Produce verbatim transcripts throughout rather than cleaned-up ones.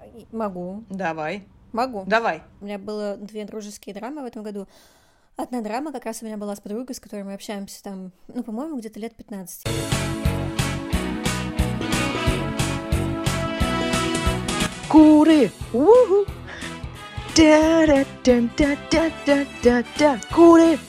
Могу. Давай. Могу. Давай. У меня было две дружеские драмы в этом году. Одна драма как раз у меня была с подругой, с которой мы общаемся там, ну, по-моему, где-то лет пятнадцать. Куры! Уху! Да-да-да-да-да-да-да! Куры!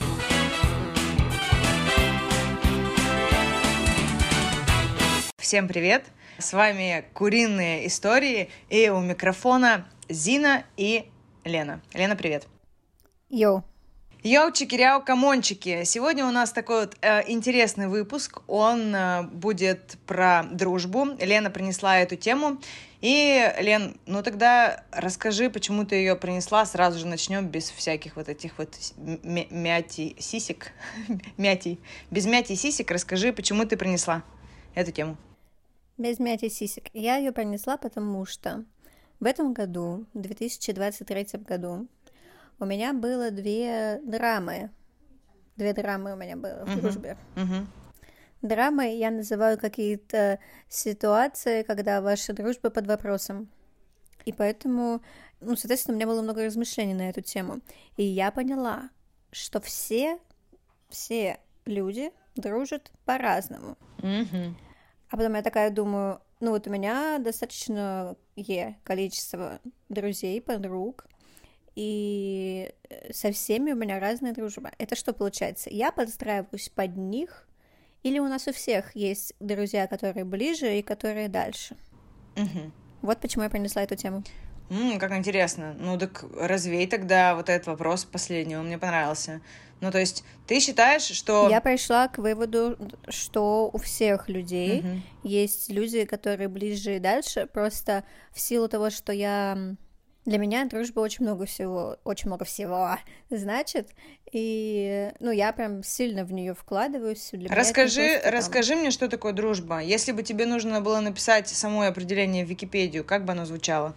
Всем привет! С вами Куриные истории, и у микрофона Зина и Лена. Лена, привет! Йоу! Йоу, чикиряу, камончики! Сегодня у нас такой вот э, интересный выпуск. Он э, будет про дружбу. Лена принесла эту тему. И, Лен, ну тогда расскажи, почему ты ее принесла. Сразу же начнем без всяких вот этих вот мяти сисек. Мятий. Без мяти сисек расскажи, почему ты принесла эту тему. Без мяти сисек. Я ее принесла, потому что в этом году, в две тысячи двадцать третьем году, у меня было две драмы. Две драмы у меня было в uh-huh. дружбе. Uh-huh. Драмы я называю какие-то ситуации, когда ваша дружба под вопросом. И поэтому, ну, соответственно, у меня было много размышлений на эту тему. И я поняла, что все, все люди дружат по-разному. Uh-huh. А потом я такая думаю, ну вот у меня достаточно количество друзей, подруг, и со всеми у меня разная дружба. Это что получается? Я подстраиваюсь под них, или у нас у всех есть друзья, которые ближе и которые дальше? Угу. Вот почему я принесла эту тему. М, как интересно. Ну так развей тогда вот этот вопрос последний, он мне понравился. Ну то есть ты считаешь, что... Я пришла к выводу, что у всех людей угу. есть люди, которые ближе и дальше, просто в силу того, что я... Для меня дружба очень много всего, очень много всего значит, и, ну, я прям сильно в нее вкладываюсь. Для расскажи, меня просто, расскажи там... мне, что такое дружба. Если бы тебе нужно было написать самое определение в Википедию, как бы оно звучало?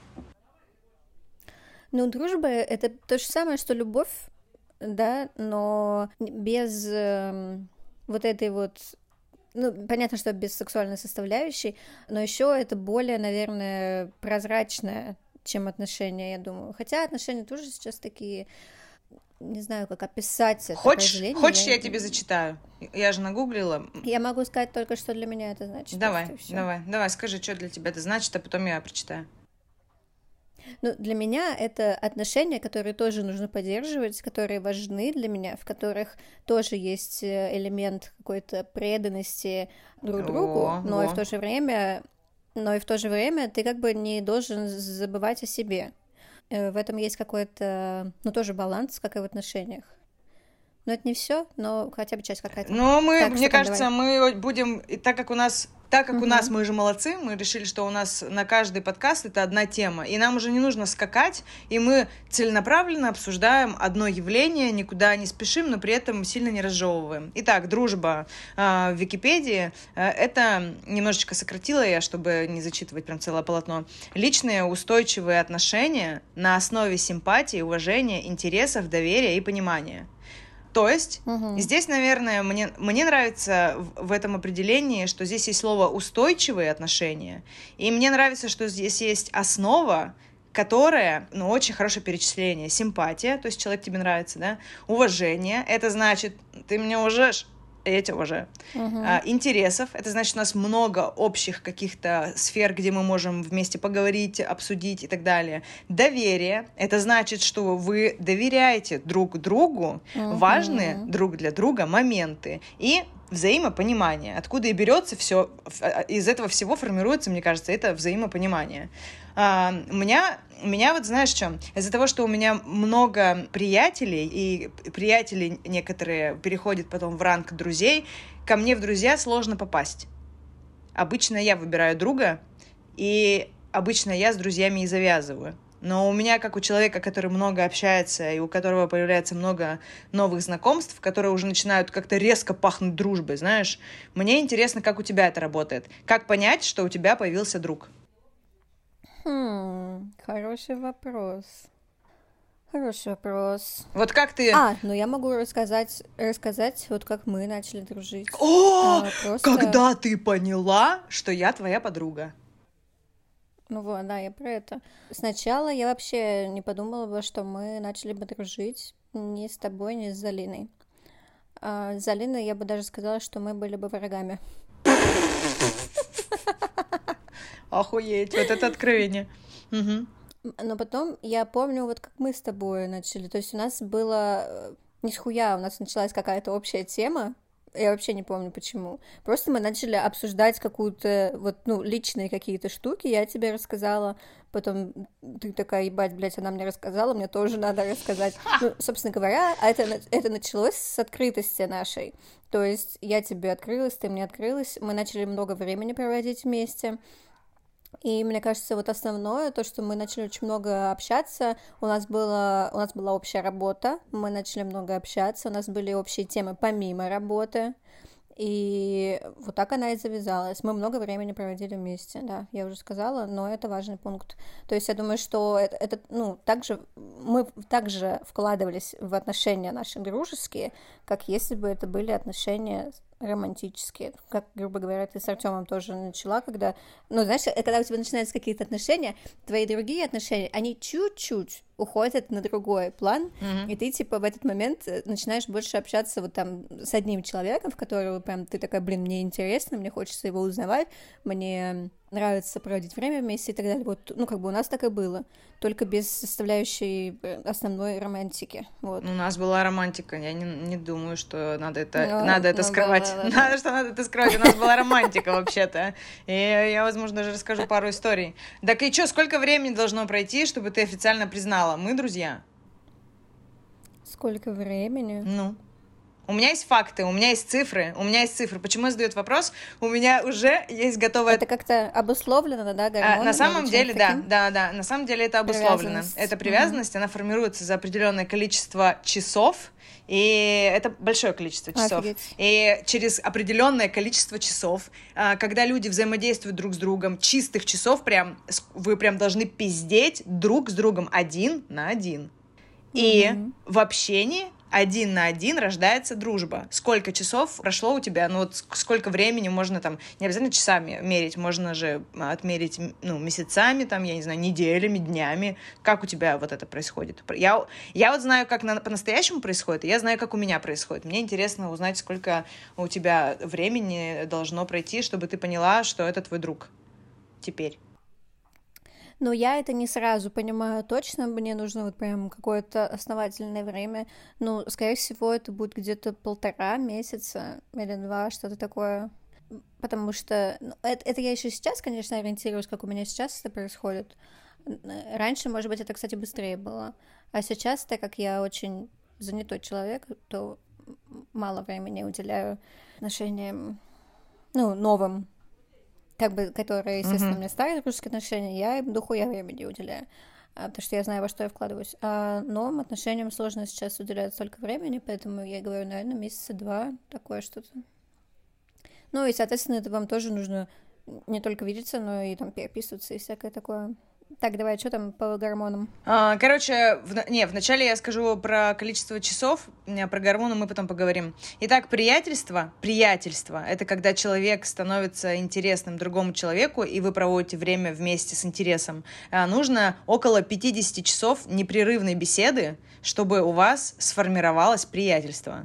Ну, дружба — это то же самое, что любовь, да, но без э, вот этой вот... Ну, понятно, что без сексуальной составляющей, но еще это более, наверное, прозрачное, чем отношения, я думаю. Хотя отношения тоже сейчас такие, не знаю, как описать это Хочешь, определение. хочешь, я, я я тебе зачитаю? Я же нагуглила. Я могу сказать только, что для меня это значит. Давай, давай, давай, скажи, что для тебя это значит, а потом я прочитаю. Ну, для меня это отношения, которые тоже нужно поддерживать, которые важны для меня, в которых тоже есть элемент какой-то преданности друг другу, О, но о. и в то же время... Но и в то же время ты как бы не должен забывать о себе. В этом есть какой-то, ну, тоже баланс, как и в отношениях. Но это не все, но хотя бы часть какая-то. Ну, мы, так, мне там, кажется, давай. мы будем, и так как у нас, так как uh-huh. у нас, мы же молодцы, мы решили, что у нас на каждый подкаст это одна тема, и нам уже не нужно скакать, и мы целенаправленно обсуждаем одно явление, никуда не спешим, но при этом сильно не разжевываем. Итак, дружба э, в Википедии, э, это немножечко сократила я, чтобы не зачитывать прям целое полотно. Личные устойчивые отношения на основе симпатии, уважения, интересов, доверия и понимания. То есть угу. здесь, наверное, мне, мне нравится в, в этом определении, что здесь есть слово «устойчивые отношения», и мне нравится, что здесь есть основа, которая, ну, очень хорошее перечисление. Симпатия, то есть человек тебе нравится, да? Уважение, это значит, ты меня уважаешь, я тебя уважаю. Uh-huh. А, интересов, это значит, у нас много общих каких-то сфер, где мы можем вместе поговорить, обсудить и так далее. Доверие, это значит, что вы доверяете друг другу Uh-huh. важные друг для друга моменты. И взаимопонимание. Откуда и берется все, из этого всего формируется, мне кажется, это взаимопонимание. А, у меня, у меня вот знаешь что, из-за того, что у меня много приятелей, и приятели некоторые переходят потом в ранг друзей, ко мне в друзья сложно попасть. Обычно я выбираю друга, и обычно я с друзьями и завязываю. Но у меня, как у человека, который много общается, и у которого появляется много новых знакомств, которые уже начинают как-то резко пахнуть дружбой, знаешь, мне интересно, как у тебя это работает. Как понять, что у тебя появился друг? Хм, хороший вопрос. Хороший вопрос. Вот как ты... А, ну я могу рассказать, рассказать, вот как мы начали дружить. О, а, просто... когда ты поняла, что я твоя подруга? Ну вот, да, я про это. Сначала я вообще не подумала бы, что мы начали бы дружить ни с тобой, ни с Залиной. А с Залиной я бы даже сказала, что мы были бы врагами. Охуеть, вот это откровение. Угу. Но потом я помню, вот как мы с тобой начали. То есть у нас было... Не с хуя, у нас началась какая-то общая тема. Я вообще не помню, почему. Просто мы начали обсуждать какую-то, вот, ну, личные какие-то штуки. Я тебе рассказала, потом ты такая, ебать, блядь, она мне рассказала, мне тоже надо рассказать. Ну, собственно говоря, это, это началось с открытости нашей. То есть я тебе открылась, ты мне открылась, мы начали много времени проводить вместе. И мне кажется, вот основное, то, что мы начали очень много общаться, у нас, было, у нас была общая работа, мы начали много общаться, у нас были общие темы помимо работы, и вот так она и завязалась. Мы много времени проводили вместе, да, я уже сказала, но это важный пункт. То есть я думаю, что это, это ну, также, мы также вкладывались в отношения наши дружеские, как если бы это были отношения романтические, как, грубо говоря, ты с Артемом тоже начала, когда, ну, знаешь, когда у тебя начинаются какие-то отношения, твои другие отношения, они чуть-чуть уходят на другой план, mm-hmm. и ты, типа, в этот момент начинаешь больше общаться вот там с одним человеком, в которого прям ты такая, блин, мне интересно, мне хочется его узнавать, мне нравится проводить время вместе и так далее. Вот, ну, как бы у нас так и было, только без составляющей основной романтики. Вот. У нас была романтика, я не, не думаю, что надо это, ну, надо это ну, скрывать. Да, да, да. Надо, что надо это скрывать. У нас была романтика вообще-то. И я, возможно, даже расскажу пару историй. Так и что, сколько времени должно пройти, чтобы ты официально признала? Мы друзья. Сколько времени? Ну. У меня есть факты, у меня есть цифры, у меня есть цифры. Почему я задаю этот вопрос? У меня уже есть готовая... Это как-то обусловлено, да, гормонами? А, на самом деле, да, да, да, на самом деле это обусловлено. Эта привязанность, mm-hmm. она формируется за определенное количество часов, и это большое количество часов. Офигеть. И через определенное количество часов, когда люди взаимодействуют друг с другом, чистых часов, прям вы прям должны пиздеть друг с другом один на один. И mm-hmm. в общении один на один рождается дружба. Сколько часов прошло у тебя, ну вот сколько времени можно там, не обязательно часами мерить, можно же отмерить, ну, месяцами, там, я не знаю, неделями, днями. Как у тебя вот это происходит? Я, я вот знаю, как на, по-настоящему происходит, и я знаю, как у меня происходит. Мне интересно узнать, сколько у тебя времени должно пройти, чтобы ты поняла, что это твой друг теперь. Но я это не сразу понимаю точно, мне нужно вот прям какое-то основательное время. Ну, скорее всего, это будет где-то полтора месяца или два, что-то такое. Потому что ну, это, это я еще сейчас, конечно, ориентируюсь, как у меня сейчас это происходит. Раньше, может быть, это, кстати, быстрее было. А сейчас, так как я очень занятой человек, то мало времени уделяю отношениям, ну, новым, как бы, которые, естественно, mm-hmm. у меня старые дружеские отношения, я им дохуя времени уделяю, а, потому что я знаю, во что я вкладываюсь. А новым отношениям сложно сейчас уделять столько времени, поэтому я говорю, наверное, месяца два, такое что-то. Ну и, соответственно, это вам тоже нужно не только видеться, но и там переписываться и всякое такое. Так, давай, что там по гормонам? А, короче, в, не, вначале я скажу про количество часов, про гормоны мы потом поговорим. Итак, приятельство, приятельство, это когда человек становится интересным другому человеку, и вы проводите время вместе с интересом. А, нужно около пятьдесят часов непрерывной беседы, чтобы у вас сформировалось приятельство.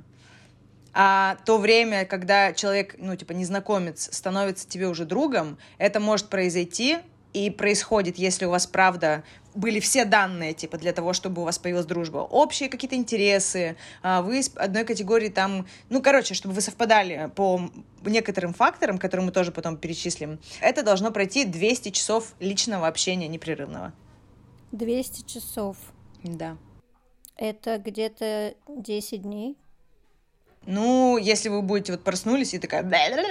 А то время, когда человек, ну, типа, незнакомец, становится тебе уже другом, это может произойти и происходит, если у вас, правда, были все данные, типа, для того, чтобы у вас появилась дружба. Общие какие-то интересы, вы из одной категории там... Ну, короче, чтобы вы совпадали по некоторым факторам, которые мы тоже потом перечислим, это должно пройти двести часов личного общения непрерывного. двести часов? Да. Это где-то десять дней? Ну, если вы будете вот проснулись и такая...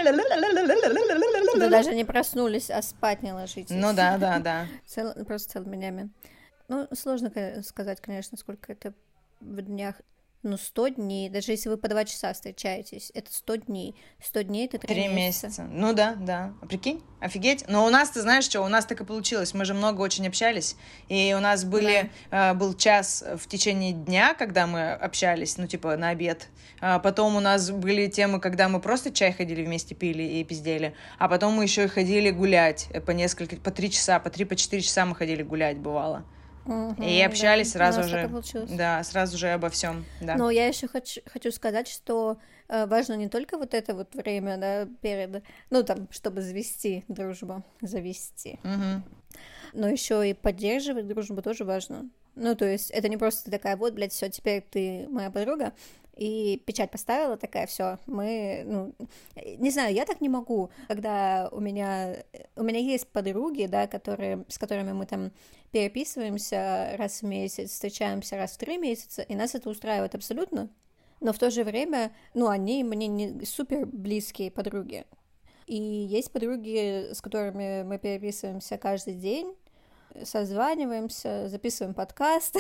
Вы даже не проснулись, а спать не ложитесь. Ну да, да, да. Цел... Просто целыми днями. Ну, сложно сказать, конечно, сколько это в днях. ну, сто дней, даже если вы по два часа встречаетесь, это сто дней, сто дней — это три месяца. месяца. Ну да, да, а прикинь, офигеть. Но у нас, ты знаешь что, у нас так и получилось, мы же много очень общались, и у нас были, да. э, был час в течение дня, когда мы общались, ну, типа, на обед, а потом у нас были темы, когда мы просто чай ходили вместе, пили и пиздели, а потом мы еще и ходили гулять по несколько, по три часа, по три, по четыре часа мы ходили гулять, бывало. Угу, и общались да, сразу же, да, сразу же обо всем. Да. Но я еще хочу, хочу сказать, что э, важно не только вот это вот время, да, перед, ну там, чтобы завести дружбу, завести, угу. но еще и поддерживать дружбу тоже важно. Ну то есть это не просто такая вот, блядь, все, теперь ты моя подруга. И печать поставила такая, все, мы, ну, не знаю, я так не могу, когда у меня, у меня есть подруги, да, которые, с которыми мы там переписываемся раз в месяц, встречаемся раз в три месяца, и нас это устраивает абсолютно, но в то же время, ну, они мне не супер близкие подруги, и есть подруги, с которыми мы переписываемся каждый день, созваниваемся, записываем подкаст,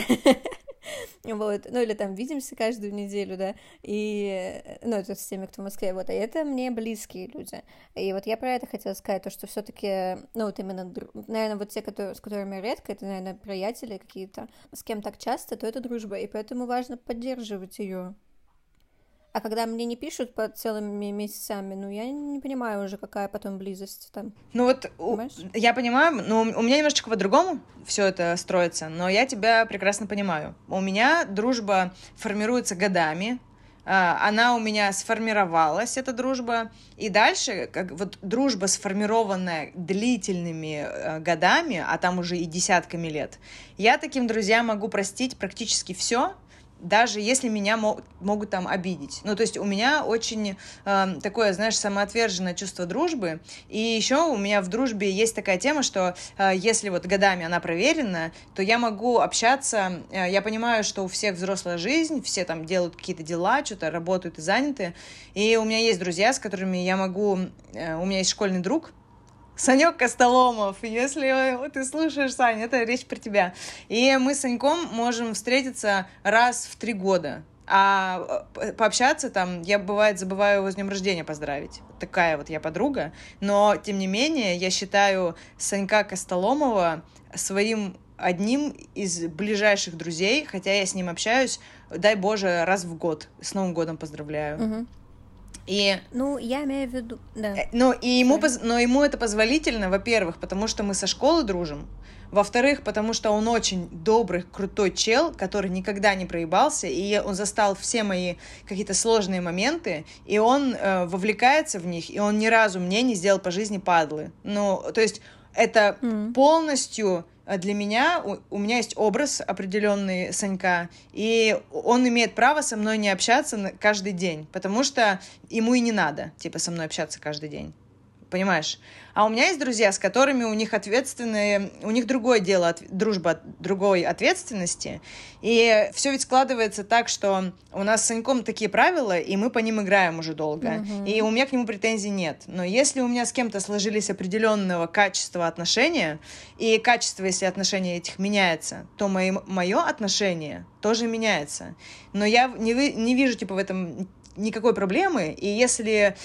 вот, ну или там видимся каждую неделю, да, и, ну, это с теми, кто в Москве, вот, а это мне близкие люди, и вот я про это хотела сказать, то, что все-таки, ну, вот именно, наверное, вот те, которые, с которыми редко, это, наверное, приятели какие-то, с кем так часто, то это дружба, и поэтому важно поддерживать ее. А когда мне не пишут по целыми месяцами, ну, я не понимаю уже, какая потом близость там. Ну вот, у, я понимаю, но у меня немножечко по-другому все это строится, но я тебя прекрасно понимаю. У меня дружба формируется годами, она у меня сформировалась, эта дружба, и дальше, как вот дружба, сформированная длительными годами, а там уже и десятками лет, я таким друзьям могу простить практически все, даже если меня мо- могут там обидеть. Ну, то есть у меня очень э, такое, знаешь, самоотверженное чувство дружбы, и еще у меня в дружбе есть такая тема, что э, если вот годами она проверена, то я могу общаться, э, я понимаю, что у всех взрослая жизнь, все там делают какие-то дела, что-то работают и заняты, и у меня есть друзья, с которыми я могу, э, у меня есть школьный друг, Санек Костоломов, если ты слушаешь, Сань, это речь про тебя. И мы с Саньком можем встретиться раз в три года. А пообщаться там, я, бывает, забываю его с днем рождения поздравить. Такая вот я подруга. Но, тем не менее, я считаю Санька Костоломова своим одним из ближайших друзей, хотя я с ним общаюсь, дай Боже, раз в год. С Новым годом поздравляю. Угу. И... Ну, я имею в виду, да. Но, и ему, поз... Но ему это позволительно, во-первых, потому что мы со школы дружим, во-вторых, потому что он очень добрый, крутой чел, который никогда не проебался, и он застал все мои какие-то сложные моменты, и он э, вовлекается в них, и он ни разу мне не сделал по жизни падлы. Ну, то есть это mm. полностью... Для меня, у, у меня есть образ определенный Санька, и он имеет право со мной не общаться каждый день, потому что ему и не надо, типа, со мной общаться каждый день. Понимаешь? А у меня есть друзья, с которыми у них ответственные, у них другое дело, от, дружба от другой ответственности, и все ведь складывается так, что у нас с Саньком такие правила, и мы по ним играем уже долго, mm-hmm. и у меня к нему претензий нет. Но если у меня с кем-то сложились определенного качества отношения, и качество, если отношения этих меняется, то мои, мое отношение тоже меняется. Но я не, не вижу, типа, в этом никакой проблемы, и если...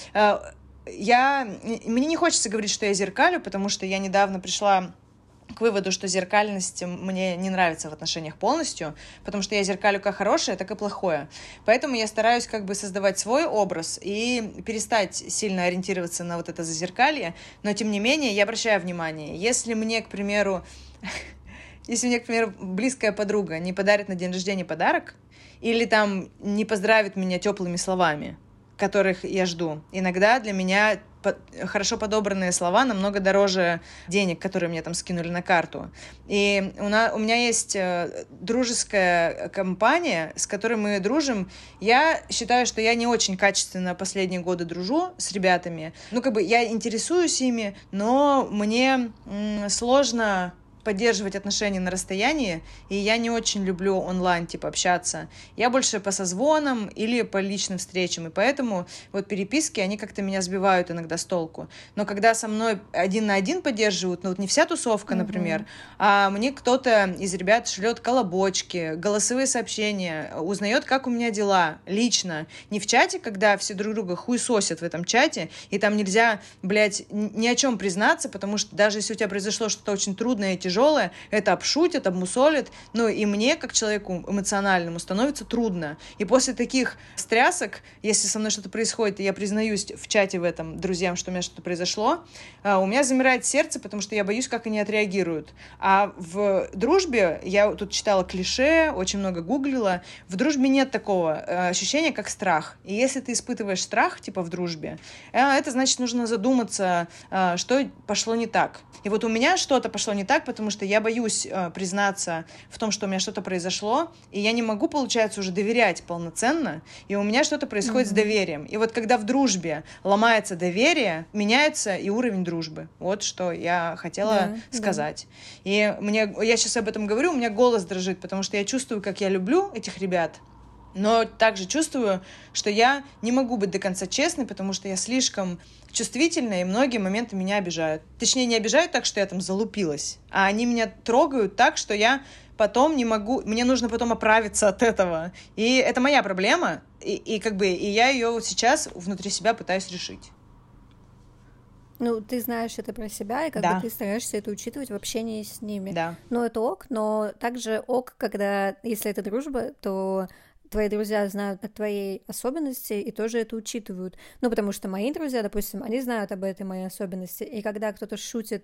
Я... Мне не хочется говорить, что я зеркалю, потому что я недавно пришла к выводу, что зеркальность мне не нравится в отношениях полностью, потому что я зеркалю как хорошее, так и плохое. Поэтому я стараюсь как бы создавать свой образ и перестать сильно ориентироваться на вот это зазеркалье, но тем не менее я обращаю внимание. Если мне, к примеру, если мне, к примеру, близкая подруга не подарит на день рождения подарок или там не поздравит меня теплыми словами, которых я жду. Иногда для меня хорошо подобранные слова намного дороже денег, которые мне там скинули на карту. И у, на, у меня есть дружеская компания, с которой мы дружим. Я считаю, что я не очень качественно последние годы дружу с ребятами. Ну, как бы я интересуюсь ими, но мне м, сложно поддерживать отношения на расстоянии, и я не очень люблю онлайн, типа, общаться. Я больше по созвонам или по личным встречам, и поэтому вот переписки, они как-то меня сбивают иногда с толку. Но когда со мной один на один поддерживают, ну вот не вся тусовка, например, mm-hmm. а мне кто-то из ребят шлет колобочки, голосовые сообщения, узнает, как у меня дела, лично. Не в чате, когда все друг друга хуесосят в этом чате, и там нельзя, блядь, ни о чем признаться, потому что даже если у тебя произошло что-то очень трудное и тяжелое, это обшутят, обмусолят, ну и мне, как человеку эмоциональному, становится трудно. И после таких стрясок, если со мной что-то происходит, и я признаюсь в чате в этом друзьям, что у меня что-то произошло, у меня замирает сердце, потому что я боюсь, как они отреагируют. А в дружбе, я тут читала клише, очень много гуглила, в дружбе нет такого ощущения, как страх. И если ты испытываешь страх, типа в дружбе, это значит, нужно задуматься, что пошло не так. И вот у меня что-то пошло не так, потому что я боюсь э, признаться в том, что у меня что-то произошло, и я не могу, получается, уже доверять полноценно, и у меня что-то происходит mm-hmm. с доверием. И вот когда в дружбе ломается доверие, меняется и уровень дружбы. Вот что я хотела yeah, сказать. Yeah. И мне, я сейчас об этом говорю, у меня голос дрожит, потому что я чувствую, как я люблю этих ребят, но также чувствую, что я не могу быть до конца честной, потому что я слишком чувствительная, и многие моменты меня обижают. Точнее, не обижают так, что я там залупилась, а они меня трогают так, что я потом не могу... Мне нужно потом оправиться от этого. И это моя проблема, и, и как бы и я ее вот сейчас внутри себя пытаюсь решить. Ну, ты знаешь это про себя, и как да. бы ты стараешься это учитывать в общении с ними. Да. Но это ок, но также ок, когда, если это дружба, то твои друзья знают о твоей особенности и тоже это учитывают. Ну, потому что мои друзья, допустим, они знают об этой моей особенности, и когда кто-то шутит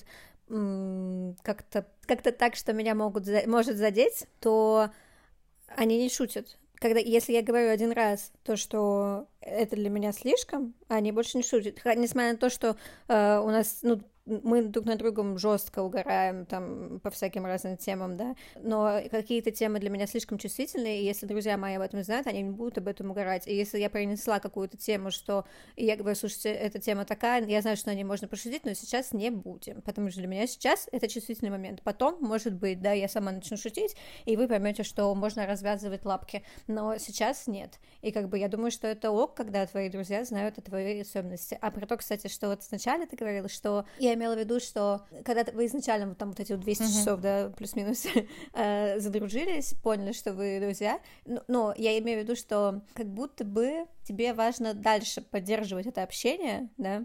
м- как-то, как-то так, что меня могут, может задеть, то они не шутят. Когда, если я говорю один раз то, что это для меня слишком, они больше не шутят. Несмотря на то, что э, у нас, ну, мы друг над другом жестко угораем там по всяким разным темам, да, но какие-то темы для меня слишком чувствительные, и если друзья мои об этом знают, они не будут об этом угорать. И если я принесла какую-то тему, что и я говорю, слушайте, эта тема такая, я знаю, что о ней можно пошутить, но сейчас не будем, потому что для меня сейчас это чувствительный момент. Потом, может быть, да, я сама начну шутить, и вы поймете, что можно развязывать лапки, но сейчас нет. И как бы я думаю, что это ок, когда твои друзья знают о твоей особенности. А про то, кстати, что вот сначала ты говорила, что я имела в виду, что когда вы изначально вот там вот эти вот двести uh-huh. часов, да, плюс-минус, э, задружились, поняли, что вы друзья, но, но я имею в виду, что как будто бы тебе важно дальше поддерживать это общение, да,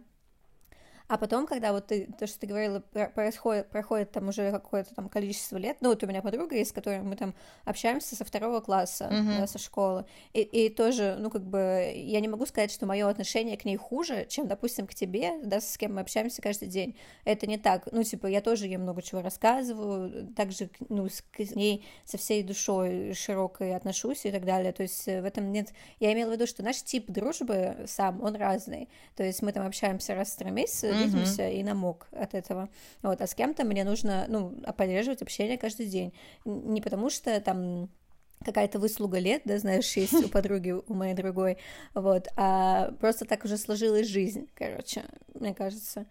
а потом, когда вот ты, то, что ты говорила, происходит, проходит там уже какое-то там количество лет, ну вот у меня подруга есть, с которой мы там общаемся со второго класса, uh-huh. да, со школы, и, и тоже, ну как бы, я не могу сказать, что мое отношение к ней хуже, чем, допустим, к тебе, да, с кем мы общаемся каждый день, это не так, ну типа, я тоже ей много чего рассказываю, также, ну, с, к ней со всей душой широкой отношусь и так далее, то есть в этом нет, я имела в виду, что наш тип дружбы сам, он разный, то есть мы там общаемся раз в три месяца, видимся mm-hmm. и намок от этого. Вот, а с кем-то мне нужно, ну, поддерживать общение каждый день. Не потому что там какая-то выслуга лет, да, знаешь, есть у подруги, у моей другой, вот, а просто так уже сложилась жизнь, короче, мне кажется.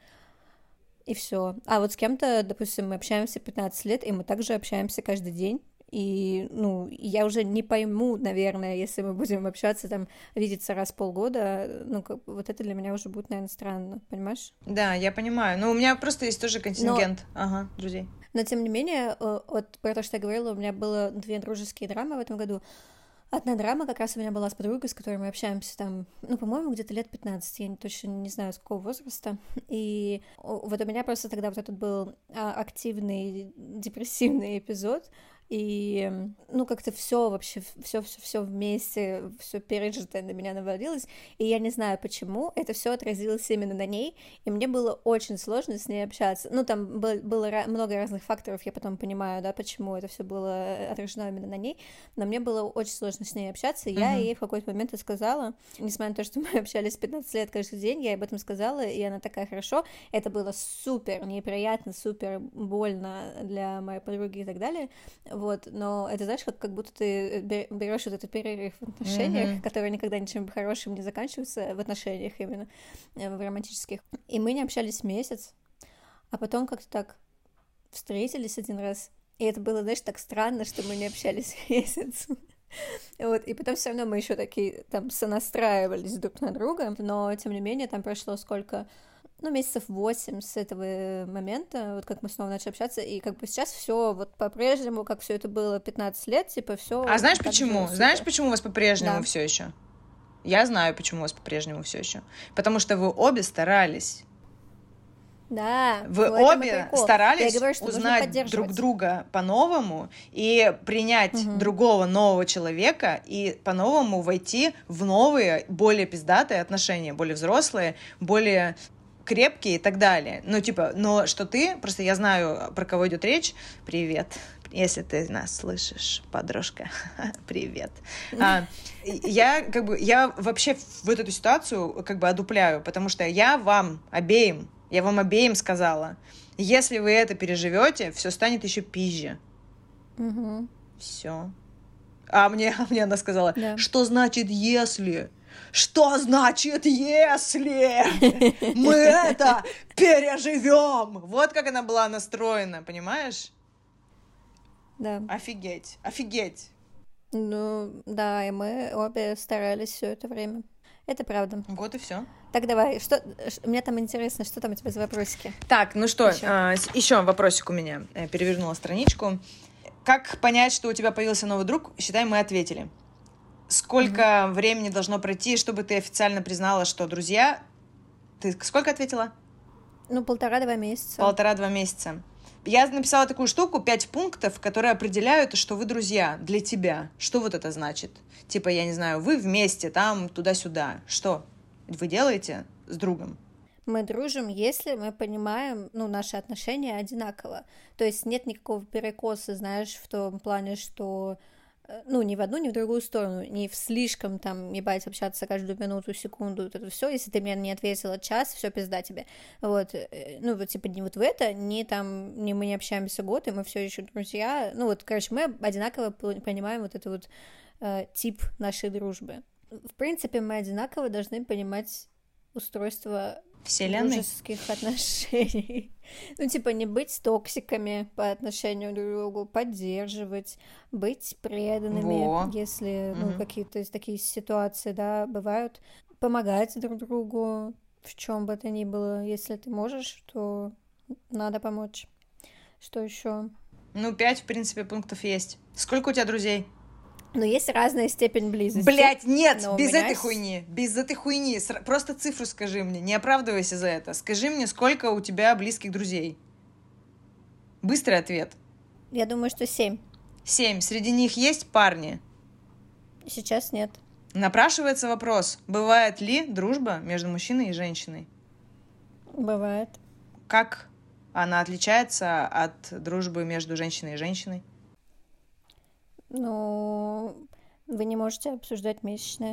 И все. А вот с кем-то, допустим, мы общаемся пятнадцать лет, и мы также общаемся каждый день. И, ну, я уже не пойму, наверное, если мы будем общаться, там, видеться раз в полгода, ну, как, вот это для меня уже будет, наверное, странно, понимаешь? Да, я понимаю, но у меня просто есть тоже контингент, но... ага, друзей. Но, тем не менее, вот про то, что я говорила, у меня было две дружеские драмы в этом году. Одна драма как раз у меня была с подругой, с которой мы общаемся там, ну, по-моему, где-то лет пятнадцать, я точно не знаю, с какого возраста. И вот у меня просто тогда вот этот был активный депрессивный эпизод, и, ну, как-то все вообще, все, все, все вместе, все пережитое на меня навалилось, и я не знаю, почему это все отразилось именно на ней, и мне было очень сложно с ней общаться. Ну, там было, было много разных факторов, я потом понимаю, да, почему это все было отражено именно на ней, но мне было очень сложно с ней общаться, и я uh-huh. ей в какой-то момент и сказала, несмотря на то, что мы общались пятнадцать лет каждый день, я ей об этом сказала, и она такая: хорошо, это было супер неприятно, супер больно для моей подруги и так далее. Вот, но это, знаешь, как, как будто ты берешь вот этот перерыв в отношениях, mm-hmm. который никогда ничем хорошим не заканчивается, в отношениях именно, в романтических. И мы не общались месяц, а потом как-то так встретились один раз, и это было, знаешь, так странно, что мы не общались месяц. Вот, и потом все равно мы еще такие там сонастраивались друг на друга, но, тем не менее, там прошло сколько... ну, месяцев восемь с этого момента, вот как мы снова начали общаться, и как бы сейчас все вот по-прежнему, как все это было пятнадцать лет, типа все. А знаешь почему? Знаешь, почему у вас по-прежнему да. все еще? Я знаю, почему у вас по-прежнему все еще. Потому что вы обе старались. Да. Вы обе старались говорю, узнать друг друга по-новому и принять угу. другого нового человека и по-новому войти в новые, более пиздатые отношения, более взрослые, более крепкие и так далее. Ну, типа, но что ты, просто я знаю, про кого идет речь. Привет, если ты нас слышишь, подружка, привет. А, я, как бы, я вообще в эту ситуацию, как бы, одупляю, потому что я вам обеим, я вам обеим сказала, если вы это переживете, все станет еще пизже. Угу. Все. А мне, а мне она сказала, да. что значит если... Что значит, если мы это переживем? Вот как она была настроена, понимаешь? Да. Офигеть, офигеть. Ну, да, и мы обе старались все это время. Это правда. Вот и все. Так, давай, что... Мне там интересно, что там у тебя за вопросики? Так, ну что, еще, а, еще вопросик у меня. Я перевернула страничку. Как понять, что у тебя появился новый друг? Считай, мы ответили. Сколько mm-hmm. времени должно пройти, чтобы ты официально признала, что друзья... Ты сколько ответила? Ну, полтора-два месяца. Полтора-два месяца. Я написала такую штуку, пять пунктов, которые определяют, что вы друзья для тебя. Что вот это значит? Типа, я не знаю, вы вместе, там, туда-сюда. Что вы делаете с другом? Мы дружим, если мы понимаем, ну, наши отношения одинаково. То есть нет никакого перекоса, знаешь, в том плане, что... ну, ни в одну, ни в другую сторону, не в слишком там, ебать, общаться каждую минуту, секунду, вот это все, если ты мне не ответила час, все пизда тебе, вот, ну, вот, типа, не вот в это, не там, не мы не общаемся год, и мы все еще друзья, ну, вот, короче, мы одинаково понимаем вот это вот э, тип нашей дружбы. В принципе, мы одинаково должны понимать устройство Вселенной? Дружеских отношений. Ну, типа, не быть токсиками по отношению друг к другу, поддерживать, быть преданными, Во. если, ну, угу. какие-то такие ситуации, да, бывают. Помогать друг другу в чем бы то ни было. Если ты можешь, то надо помочь. Что еще? Ну, пять, в принципе, пунктов есть. Сколько у тебя друзей? Но есть разная степень близости. Блять, нет, но без меня... этой хуйни, без этой хуйни. Просто цифру скажи мне, не оправдывайся за это. Скажи мне, сколько у тебя близких друзей. Быстрый ответ. Я думаю, что семь. Семь. Среди них есть парни? Сейчас нет. Напрашивается вопрос, бывает ли дружба между мужчиной и женщиной? Бывает. Как она отличается от дружбы между женщиной и женщиной? Ну, вы не можете обсуждать месячные.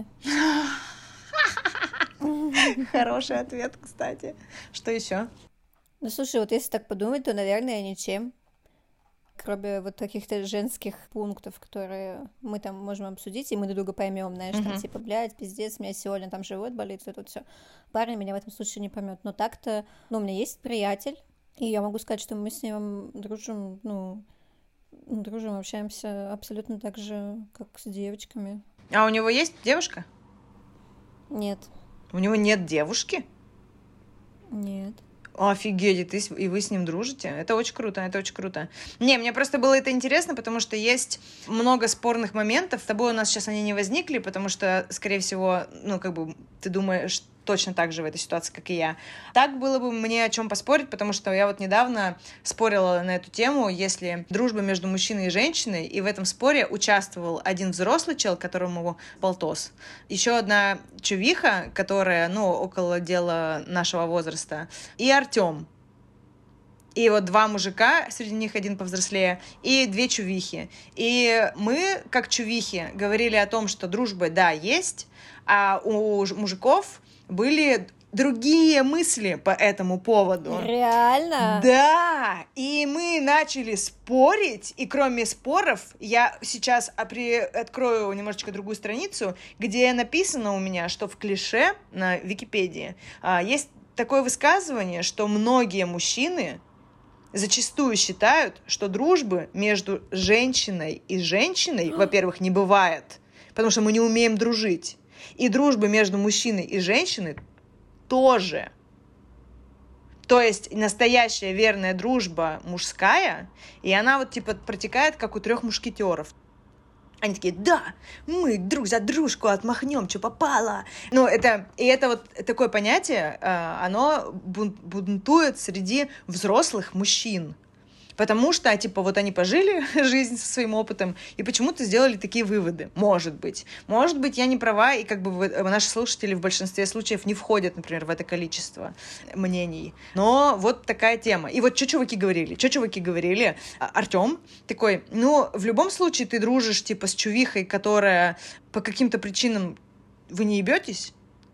Хороший ответ, кстати. Что еще? Ну, слушай, вот если так подумать, то, наверное, ничем. Кроме вот каких-то женских пунктов, которые мы там можем обсудить, и мы друг друга поймем, знаешь, uh-huh. там типа, блядь, пиздец, у меня сегодня там живот болит, это вот все. Парень меня в этом случае не поймет. Но так-то, ну, у меня есть приятель, и я могу сказать, что мы с ним дружим, ну, дружим, общаемся абсолютно так же, как с девочками. А у него есть девушка? Нет. У него нет девушки? Нет. Офигеть, и, ты, и вы с ним дружите? Это очень круто, это очень круто. Не, мне просто было это интересно, потому что есть много спорных моментов. С тобой у нас сейчас они не возникли, потому что, скорее всего, ну, как бы, ты думаешь точно так же в этой ситуации, как и я. Так было бы мне о чем поспорить, потому что я вот недавно спорила на эту тему, если дружба между мужчиной и женщиной, и в этом споре участвовал один взрослый чел, которому полтос, еще одна чувиха, которая, ну, около дела нашего возраста, и Артем. И вот два мужика, среди них один повзрослее, и две чувихи. И мы, как чувихи, говорили о том, что дружба, да, есть, а у мужиков были другие мысли по этому поводу. Реально? Да! И мы начали спорить, и кроме споров, я сейчас открою немножечко другую страницу, где написано у меня, что в клише на Википедии есть такое высказывание, что многие мужчины зачастую считают, что дружбы между женщиной и женщиной, во-первых, не бывает, потому что мы не умеем дружить. И дружбы между мужчиной и женщиной тоже. То есть настоящая верная дружба мужская, и она вот типа протекает, как у трех мушкетеров. Они такие, да, мы друг за дружку отмахнем, что попало. Ну, это, и это вот такое понятие, оно бунтует среди взрослых мужчин. Потому что, типа, вот они пожили жизнь со своим опытом и почему-то сделали такие выводы. Может быть. Может быть, я не права, и как бы наши слушатели в большинстве случаев не входят, например, в это количество мнений. Но вот такая тема. И вот что чуваки говорили? Что чуваки говорили? Артём такой, ну, в любом случае ты дружишь, типа, с чувихой, которая по каким-то причинам вы не ебетесь?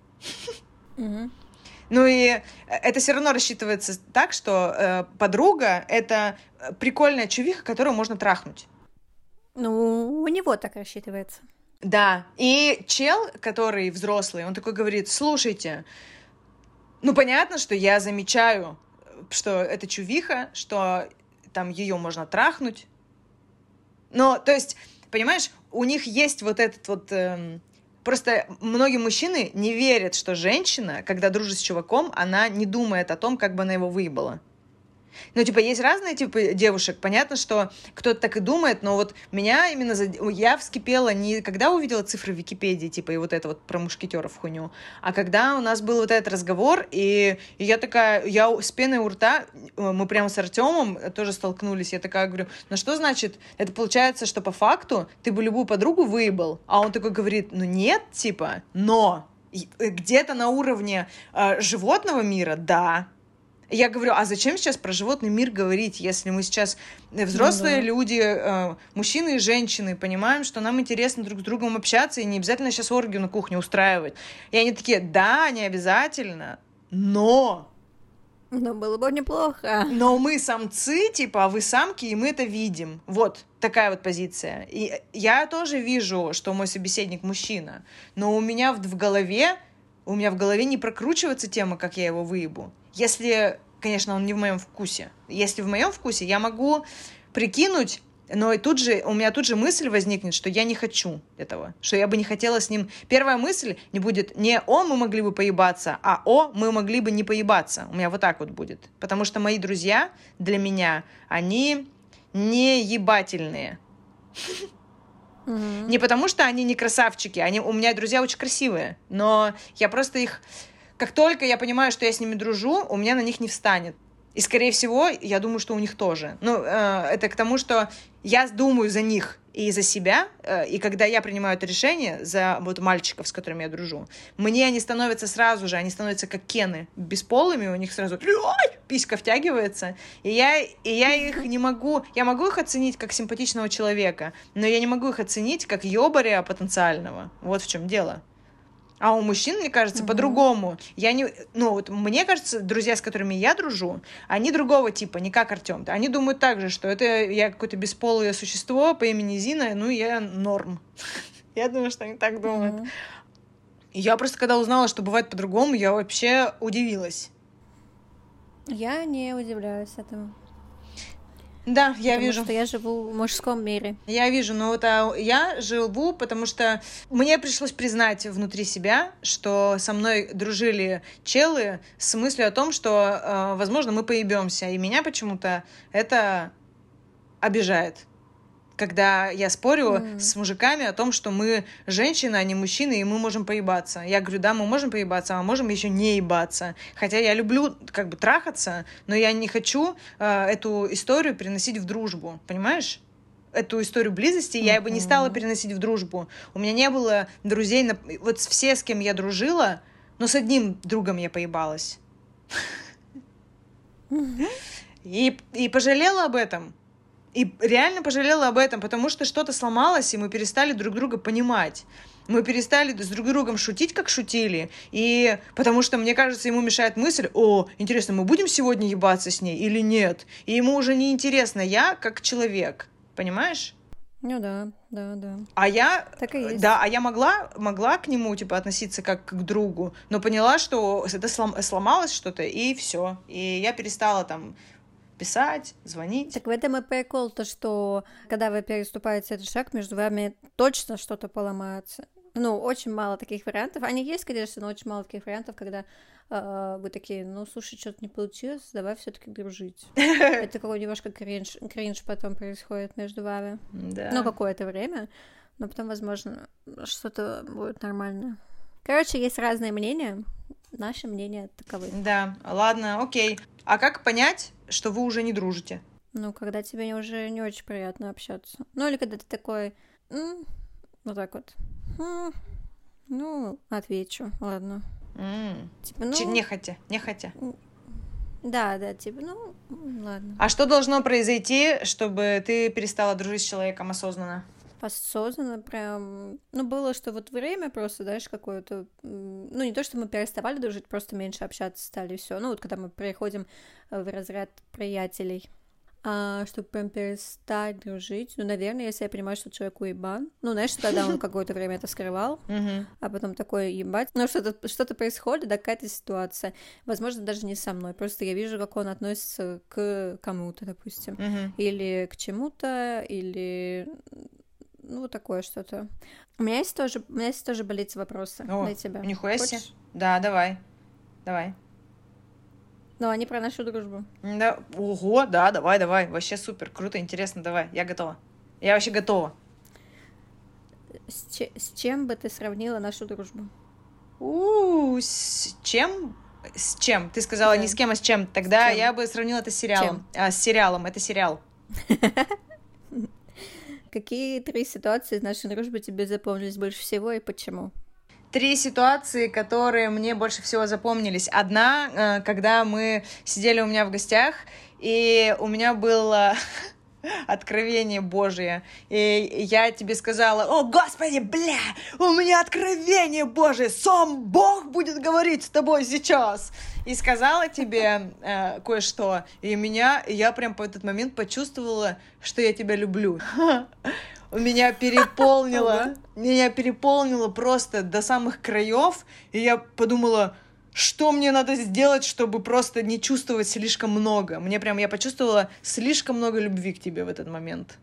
Угу. Ну и это все равно рассчитывается так, что э, подруга — это прикольная чувиха, которую можно трахнуть. Ну, у него так рассчитывается. Да, и чел, который взрослый, он такой говорит, слушайте, ну понятно, что я замечаю, что это чувиха, что там ее можно трахнуть. Но, то есть, понимаешь, у них есть вот этот вот... Э, Просто многие мужчины не верят, что женщина, когда дружит с чуваком, она не думает о том, как бы она его выебала. Ну, типа, есть разные типы девушек. Понятно, что кто-то так и думает, но вот меня именно... Зад... Я вскипела не когда увидела цифры в Википедии, типа, и вот это вот про мушкетеров хуйню, а когда у нас был вот этот разговор, и, и я такая... Я с пеной у рта... Мы прямо с Артемом тоже столкнулись. Я такая говорю, ну что значит? Это получается, что по факту ты бы любую подругу выебал? А он такой говорит, ну нет, типа, но где-то на уровне э, животного мира, да. Я говорю, а зачем сейчас про животный мир говорить, если мы сейчас взрослые ну, да. люди, э, мужчины и женщины, понимаем, что нам интересно друг с другом общаться, и не обязательно сейчас оргию на кухне устраивать. И они такие, да, не обязательно, но... Но было бы неплохо. Но мы самцы, типа, а вы самки, и мы это видим. Вот такая вот позиция. И я тоже вижу, что мой собеседник мужчина, но у меня в, в голове, у меня в голове не прокручивается тема, как я его выебу. Если, конечно, он не в моем вкусе. Если в моем вкусе, я могу прикинуть, но и тут же, у меня тут же мысль возникнет, что я не хочу этого, что я бы не хотела с ним... Первая мысль не будет не «о, мы могли бы поебаться», а «о, мы могли бы не поебаться». У меня вот так вот будет. Потому что мои друзья для меня, они не ебательные. Mm-hmm. Не потому что они не красавчики, они, у меня друзья очень красивые, но я просто их... Как только я понимаю, что я с ними дружу, у меня на них не встанет. И, скорее всего, я думаю, что у них тоже. Ну, э, это к тому, что я думаю за них и за себя, э, и когда я принимаю это решение за вот мальчиков, с которыми я дружу, мне они становятся сразу же, они становятся как кены бесполыми, у них сразу писька втягивается, и я, и я их не могу... Я могу их оценить как симпатичного человека, но я не могу их оценить как ёбаря потенциального. Вот в чем дело. А у мужчин, мне кажется, mm-hmm. по-другому. Я не, ну, вот мне кажется, друзья, с которыми я дружу, они другого типа, не как Артём. Они думают так же, что это я какое-то бесполое существо по имени Зина, ну, я норм. Я думаю, что они так думают. Mm-hmm. Я просто, когда узнала, что бывает по-другому, я вообще удивилась. Я не удивляюсь этому. Да, я потому вижу. Потому что я живу в мужском мире. Я вижу, но вот а, я живу, потому что мне пришлось признать внутри себя, что со мной дружили челы с мыслью о том, что, э, возможно, мы поебемся. И меня почему-то это обижает. Когда я спорю mm. с мужиками о том, что мы женщины, а не мужчины, и мы можем поебаться. Я говорю, да, мы можем поебаться, а можем еще не ебаться. Хотя я люблю как бы трахаться, но я не хочу э, эту историю переносить в дружбу, понимаешь? Эту историю близости mm-hmm. я бы не стала переносить в дружбу. У меня не было друзей, на... вот все, с кем я дружила, но с одним другом я поебалась. Mm-hmm. И, и пожалела об этом. И реально пожалела об этом, потому что что-то сломалось, и мы перестали друг друга понимать. Мы перестали с друг другом шутить, как шутили. И потому что, мне кажется, ему мешает мысль, о, интересно, мы будем сегодня ебаться с ней или нет? И ему уже не интересно я как человек. Понимаешь? Ну да, да, да. А я, так и есть. Да, а я могла, могла к нему типа относиться как к другу, но поняла, что это слом, сломалось что-то, и все. И я перестала там писать, звонить. Так в этом и прикол, то, что когда вы переступаете этот шаг, между вами точно что-то поломается. Ну, очень мало таких вариантов. Они есть, конечно, но очень мало таких вариантов, когда э, вы такие, ну, слушай, что-то не получилось, давай все-таки дружить. Это такой немножко кринж, кринж потом происходит между вами. Да. Ну, какое-то время, но потом, возможно, что-то будет нормально. Короче, есть разные мнения. Наши мнения таковы. Да, ладно, окей. А как понять, что вы уже не дружите? Ну, когда тебе уже не очень приятно общаться. Ну, или когда ты такой... М-м", вот так вот. М-м", ну, отвечу, ладно. Mm. Типа, ну... Ч- нехотя, нехотя. Да, да, типа, ну, ладно. А что должно произойти, чтобы ты перестала дружить с человеком осознанно? Осознанно прям... Ну, было, что вот время просто, знаешь, какое-то... Ну, не то, что мы переставали дружить, просто меньше общаться стали, и все. Ну, вот когда мы переходим в разряд приятелей. А чтобы прям перестать дружить, ну, наверное, если я понимаю, что человек уебан, ну, знаешь, тогда он какое-то время это скрывал, а потом такое, ебать, ну, что-то, что-то происходит, да, какая-то ситуация, возможно, даже не со мной, просто я вижу, как он относится к кому-то, допустим, или к чему-то, или, ну, такое что-то. У меня есть тоже, у меня есть тоже болезнь вопросы О, для тебя. Нихуя себе. Хочешь? Да, давай, давай. Но они про нашу дружбу. Да, ого, да, давай, давай, вообще супер, круто, интересно, давай, я готова. Я вообще готова. С, че- с чем бы ты сравнила нашу дружбу? У, с чем? С чем? Ты сказала Да. не с кем, а с чем. Тогда чем? я бы сравнила это с сериалом. А, с сериалом, это сериал. Какие три ситуации из нашей дружбы тебе запомнились больше всего и почему? Три ситуации, которые мне больше всего запомнились. Одна, когда мы сидели у меня в гостях, и у меня было откровение Божие. И я тебе сказала: о, Господи, бля, у меня откровение Божие, сам Бог будет говорить с тобой сейчас. И сказала тебе э, кое-что, и меня, и я прям в этот момент почувствовала, что я тебя люблю. У меня переполнило, меня переполнило просто до самых краев, и я подумала, что мне надо сделать, чтобы просто не чувствовать слишком много. Мне прям, я почувствовала слишком много любви к тебе в этот момент.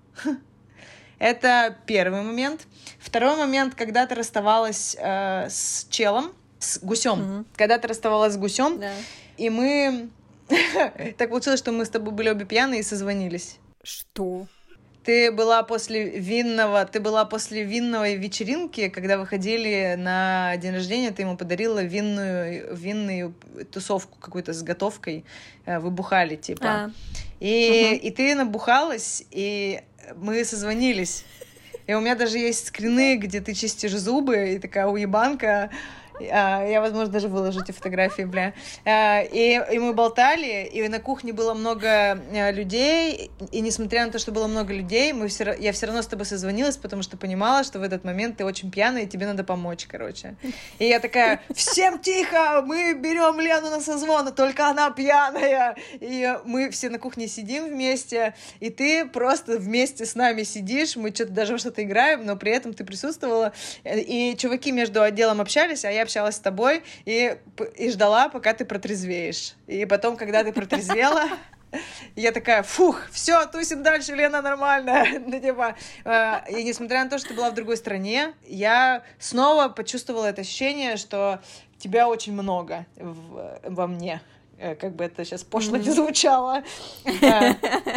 Это первый момент. Второй момент, когда ты расставалась э, с челом, с гусем. Mm-hmm. Когда ты расставалась с гусем, yeah. и мы... Так получилось, что мы с тобой были обе пьяные и созвонились. Что? Ты была после винного, ты была после винной вечеринки, когда вы ходили на день рождения, ты ему подарила винную, винную тусовку какую-то с готовкой, вы бухали, типа. А. И, угу. и ты набухалась, и мы созвонились. И у меня даже есть скрины, где ты чистишь зубы, и такая уебанка. Я, возможно, даже выложу эти фотографии, бля. И, и мы болтали, и на кухне было много людей, и несмотря на то, что было много людей, мы все, я все равно с тобой созвонилась, потому что понимала, что в этот момент ты очень пьяная, и тебе надо помочь, короче. И я такая: всем тихо, мы берем Лену на созвон, только она пьяная. И мы все на кухне сидим вместе, и ты просто вместе с нами сидишь, мы что-то даже во что-то играем, но при этом ты присутствовала, и чуваки между отделом общались, а я общалась с тобой и, и ждала, пока ты протрезвеешь. И потом, когда ты протрезвела, я такая: фух, все, тусим дальше, Лена нормальная. Ну, типа, э, и несмотря на то, что ты была в другой стране, я снова почувствовала это ощущение, что тебя очень много в, во мне. Э, как бы это сейчас пошло mm-hmm. не звучало. Э,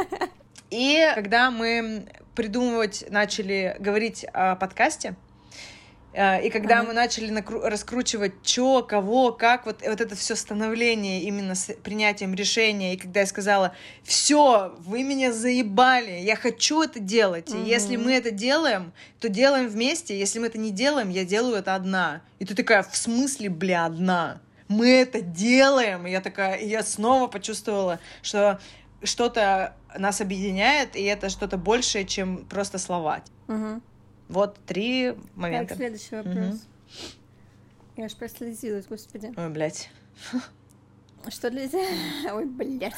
и когда мы придумывать начали говорить о подкасте, и когда ага. мы начали накру- раскручивать, что, кого, как, вот, вот это все становление именно с принятием решения, и когда я сказала: все, вы меня заебали, я хочу это делать, угу. и если мы это делаем, то делаем вместе, если мы это не делаем, я делаю это одна. И ты такая: в смысле, бля, одна? Мы это делаем. И я такая, и я снова почувствовала, что что-то нас объединяет, и это что-то большее, чем просто слова. Угу. Вот три момента. Так, следующий вопрос. Угу. Я аж прослезилась, господи. Ой, блядь. Что для тебя... Ой, блядь.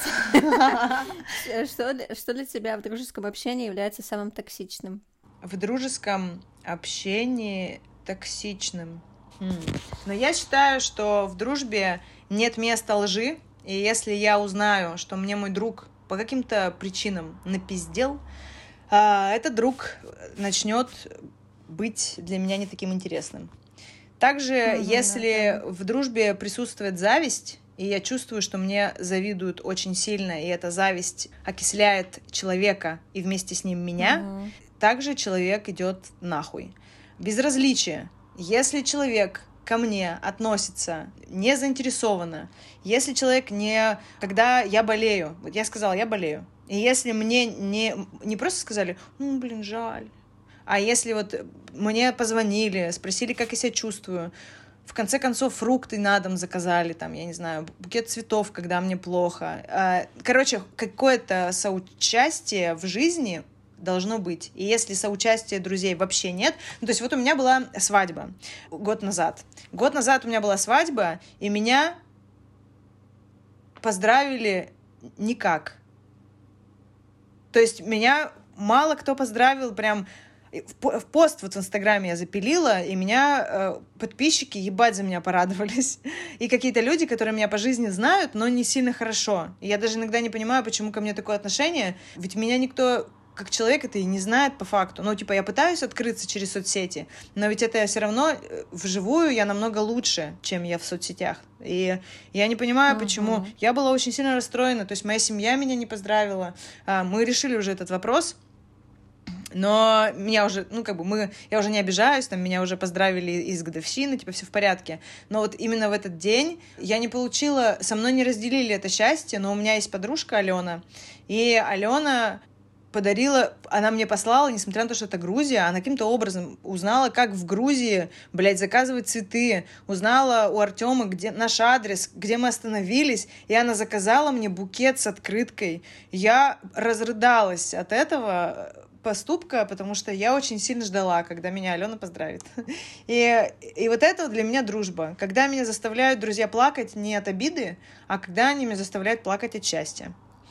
Что, что для тебя в дружеском общении является самым токсичным? В дружеском общении токсичным? Хм. Но я считаю, что в дружбе нет места лжи, и если я узнаю, что мне мой друг по каким-то причинам напиздел, а, этот друг начнет быть для меня не таким интересным. Также, mm-hmm, если да, да. в дружбе присутствует зависть, и я чувствую, что мне завидуют очень сильно, и эта зависть окисляет человека и вместе с ним меня, mm-hmm. также человек идет нахуй. Безразличие. Если человек ко мне относится не заинтересованно, если человек не... Когда я болею, вот я сказала, я болею, и если мне не, не просто сказали, ну, блин, жаль, а если вот мне позвонили, спросили, как я себя чувствую, в конце концов, фрукты на дом заказали, там, я не знаю, букет цветов, когда мне плохо. Короче, какое-то соучастие в жизни должно быть. И если соучастия друзей вообще нет... Ну, то есть вот у меня была свадьба год назад. Год назад у меня была свадьба, и меня поздравили никак. То есть меня мало кто поздравил, прям... В пост вот в Инстаграме я запилила, и меня э, подписчики ебать за меня порадовались. И какие-то люди, которые меня по жизни знают, но не сильно хорошо. И я даже иногда не понимаю, почему ко мне такое отношение. Ведь меня никто, как человек, это и не знает по факту. Ну, типа, я пытаюсь открыться через соцсети, но ведь это все равно вживую я намного лучше, чем я в соцсетях. И я не понимаю, uh-huh. почему. Я была очень сильно расстроена. То есть моя семья меня не поздравила. Мы решили уже этот вопрос. Но меня уже, ну, как бы, мы, я уже не обижаюсь, там, меня уже поздравили из годовщины, типа, все в порядке. Но вот именно в этот день я не получила, со мной не разделили это счастье, но у меня есть подружка Алена, и Алена подарила, она мне послала, несмотря на то, что это Грузия, она каким-то образом узнала, как в Грузии, блядь, заказывать цветы, узнала у Артема, где наш адрес, где мы остановились, и она заказала мне букет с открыткой. Я разрыдалась от этого поступка, потому что я очень сильно ждала, когда меня Алена поздравит. И, и вот это для меня дружба. Когда меня заставляют друзья плакать не от обиды, а когда они меня заставляют плакать от счастья.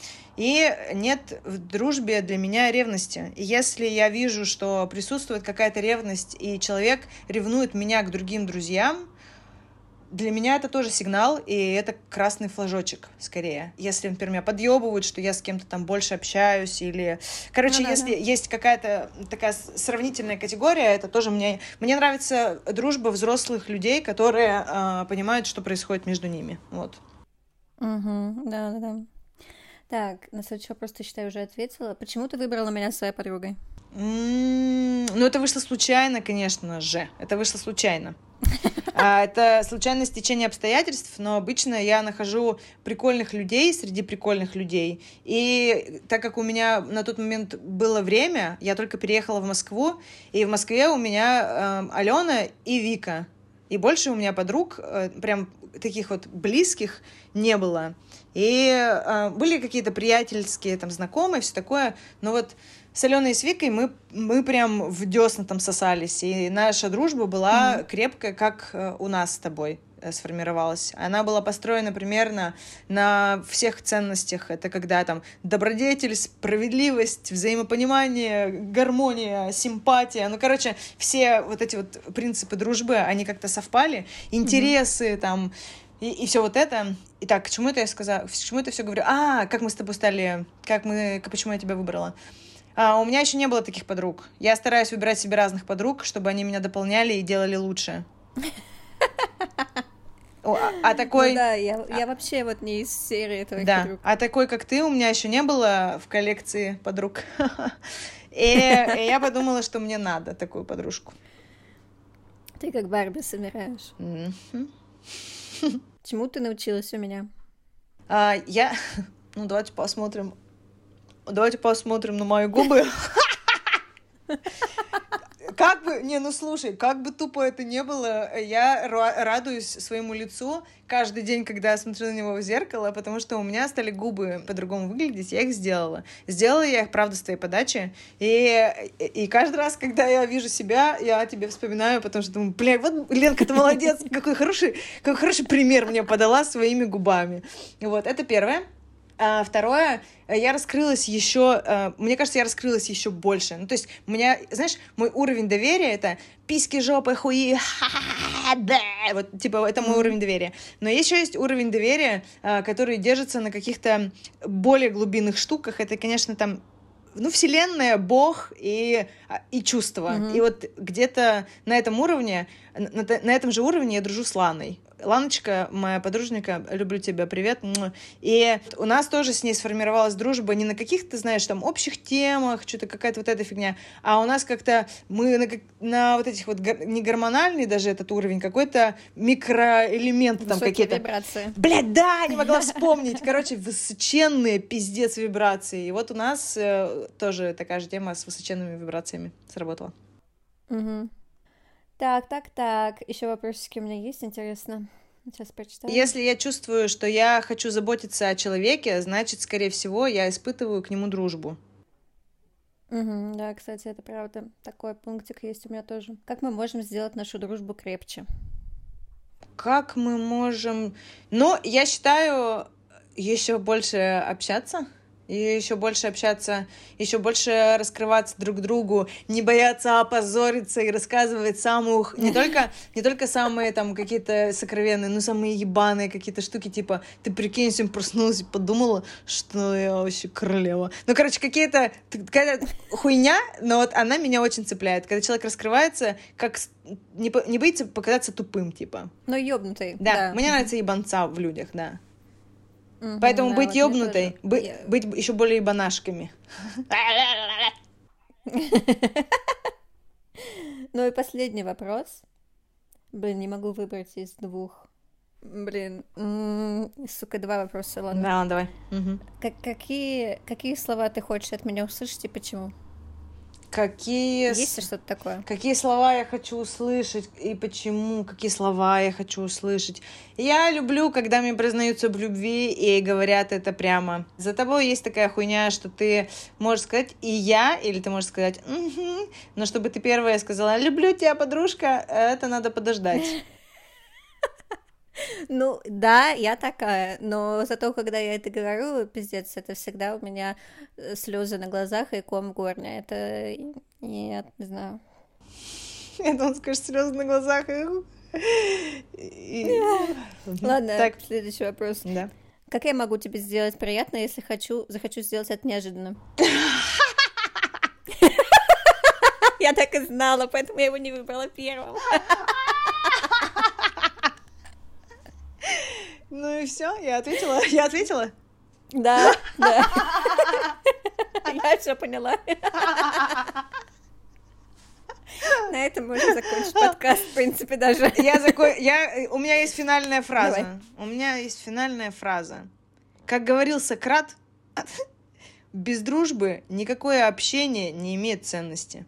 И нет в дружбе для меня ревности. И если я вижу, что присутствует какая-то ревность, и человек ревнует меня к другим друзьям, для меня это тоже сигнал, и это красный флажочек, скорее. Если, например, меня подъебывают, что я с кем-то там больше общаюсь, или... Короче, ну, да, если да. есть какая-то такая сравнительная категория, это тоже мне... Мне нравится дружба взрослых людей, которые э, понимают, что происходит между ними. Вот. Угу, да-да-да. Так, на следующий вопрос, ты, считай, уже ответила. Почему ты выбрала меня своей подругой? Mm, ну, это вышло случайно, конечно же. Это вышло случайно. А, это случайное стечение обстоятельств, но обычно я нахожу прикольных людей среди прикольных людей. И так как у меня на тот момент было время, я только переехала в Москву, и в Москве у меня э, Алена и Вика. И больше у меня подруг, э, прям таких вот близких, не было. И э, были какие-то приятельские там знакомые, все такое, но вот с Аленой и с Викой мы, мы прям в десна там сосались, и наша дружба была mm-hmm. крепкая, как у нас с тобой сформировалась. Она была построена примерно на всех ценностях. Это когда там добродетель, справедливость, взаимопонимание, гармония, симпатия. Ну, короче, все вот эти вот принципы дружбы, они как-то совпали. Интересы mm-hmm. там... И, и все вот это. Итак, к чему это я сказала? К чему это все говорю? А, как мы с тобой стали... Как мы... Почему я тебя выбрала? А, у меня еще не было таких подруг. Я стараюсь выбирать себе разных подруг, чтобы они меня дополняли и делали лучше. А, а такой... Ну да, я, я вообще вот не из серии твоих да. подруг. А такой, как ты, у меня еще не было в коллекции подруг. И я подумала, что мне надо такую подружку. Ты как Барби собираешь. Чему ты научилась у меня? А, я... Ну, давайте посмотрим. Давайте посмотрим на мои губы. Как бы, не, ну слушай, как бы тупо это не было, я радуюсь своему лицу каждый день, когда я смотрю на него в зеркало, потому что у меня стали губы по-другому выглядеть, я их сделала. Сделала я их, правда, с твоей подачи, и, и каждый раз, когда я вижу себя, я тебе вспоминаю, потому что думаю, бля, вот Ленка, ты молодец, какой хороший, какой хороший пример мне подала своими губами. Вот, это первое. А второе, я раскрылась еще, мне кажется, я раскрылась еще больше. Ну, то есть, у меня, знаешь, мой уровень доверия — это письки, жопы, хуи, да, вот, типа, это мой mm-hmm. уровень доверия. Но еще есть уровень доверия, который держится на каких-то более глубинных штуках. Это, конечно, там, ну, вселенная, Бог и, и чувства. Mm-hmm. И вот где-то на этом уровне, на, на этом же уровне я дружу с Ланой. Ланочка, моя подружника, люблю тебя, привет. И у нас тоже с ней сформировалась дружба не на каких-то, знаешь, там общих темах, что-то какая-то вот эта фигня, а у нас как-то мы на, на вот этих вот не гормональный даже этот уровень, какой-то микроэлемент там какие-то. Вибрации. Блядь, да, не могла вспомнить. Короче, высоченные пиздец вибрации. И вот у нас э, тоже такая же тема с высоченными вибрациями сработала. Угу. Так, так, так. Еще вопросики у меня есть, интересно. Сейчас прочитаю. Если я чувствую, что я хочу заботиться о человеке, значит, скорее всего, я испытываю к нему дружбу. Угу, да, кстати, это правда. Такой пунктик есть у меня тоже. Как мы можем сделать нашу дружбу крепче? Как мы можем... Ну, я считаю, еще больше общаться. И еще больше общаться, еще больше раскрываться друг другу, не бояться опозориться и рассказывать самых, не только, не только самые там какие-то сокровенные, но самые ебаные какие-то штуки, типа, ты прикинь, сегодня проснулась и подумала, что я вообще королева. Ну, короче, какие-то, какая-то хуйня, но вот она меня очень цепляет, когда человек раскрывается, как не, не боится показаться тупым, типа. Ну, ёбнутый. Да, да. Мне нравится ебанца в людях, да. Угу, Поэтому да, быть вот ёбнутой, быть, я... быть еще более ебанашками. Ну и последний вопрос. Блин, не могу выбрать из двух. Блин, сука, два вопроса, ладно. Да, давай. Какие, какие слова ты хочешь от меня услышать и почему? Какие... Есть что-то такое? Какие слова я хочу услышать и почему? Какие слова я хочу услышать? Я люблю, когда мне признаются в любви и говорят это прямо. За тобой есть такая хуйня, что ты можешь сказать «и я», или ты можешь сказать «угу», но чтобы ты первая сказала «люблю тебя, подружка», это надо подождать. Ну, да, я такая, но зато, когда я это говорю, пиздец, это всегда у меня слезы на глазах и ком в горле. Это, нет, не знаю. Это он скажет слезы на глазах. Ладно, так, следующий вопрос. Да. Как я могу тебе сделать приятно, если хочу, захочу сделать это неожиданно? Я так и знала, поэтому я его не выбрала первым. Ну и все, я ответила, я ответила. Да, да. Я все поняла. На этом можно закончить подкаст, в принципе, даже. Я зако... я... У меня есть финальная фраза. Давай. У меня есть финальная фраза. Как говорил Сократ, без дружбы никакое общение не имеет ценности.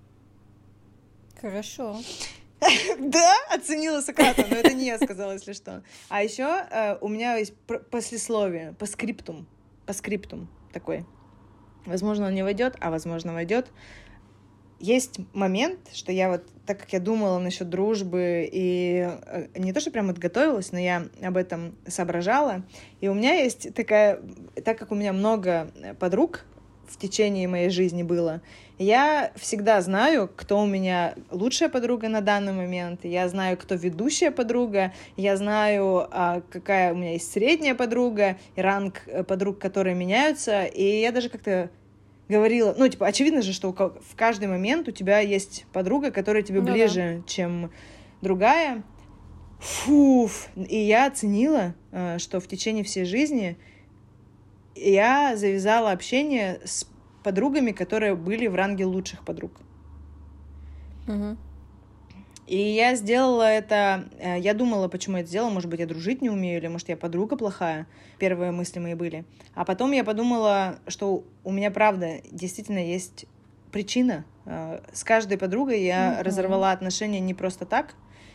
Хорошо. Да, оценила Сократа, но это не я сказала, если что. А еще э, у меня есть послесловие, по скриптум, по скриптум такой. Возможно, он не войдет, а возможно, войдет. Есть момент, что я вот, так как я думала насчет дружбы, и э, не то, что прям отготовилась, но я об этом соображала. И у меня есть такая, так как у меня много подруг в течение моей жизни было, я всегда знаю, кто у меня лучшая подруга на данный момент, я знаю, кто ведущая подруга, я знаю, какая у меня есть средняя подруга, и ранг подруг, которые меняются, и я даже как-то говорила, ну, типа, очевидно же, что в каждый момент у тебя есть подруга, которая тебе ну, ближе, да. чем другая. Фуф! И я оценила, что в течение всей жизни я завязала общение с подругами, которые были в ранге лучших подруг. Угу. И я сделала это... Я думала, почему я это сделала. Может быть, я дружить не умею, или, может, я подруга плохая. Первые мысли мои были. А потом я подумала, что у меня, правда, действительно есть причина. С каждой подругой я угу. разорвала отношения не просто так.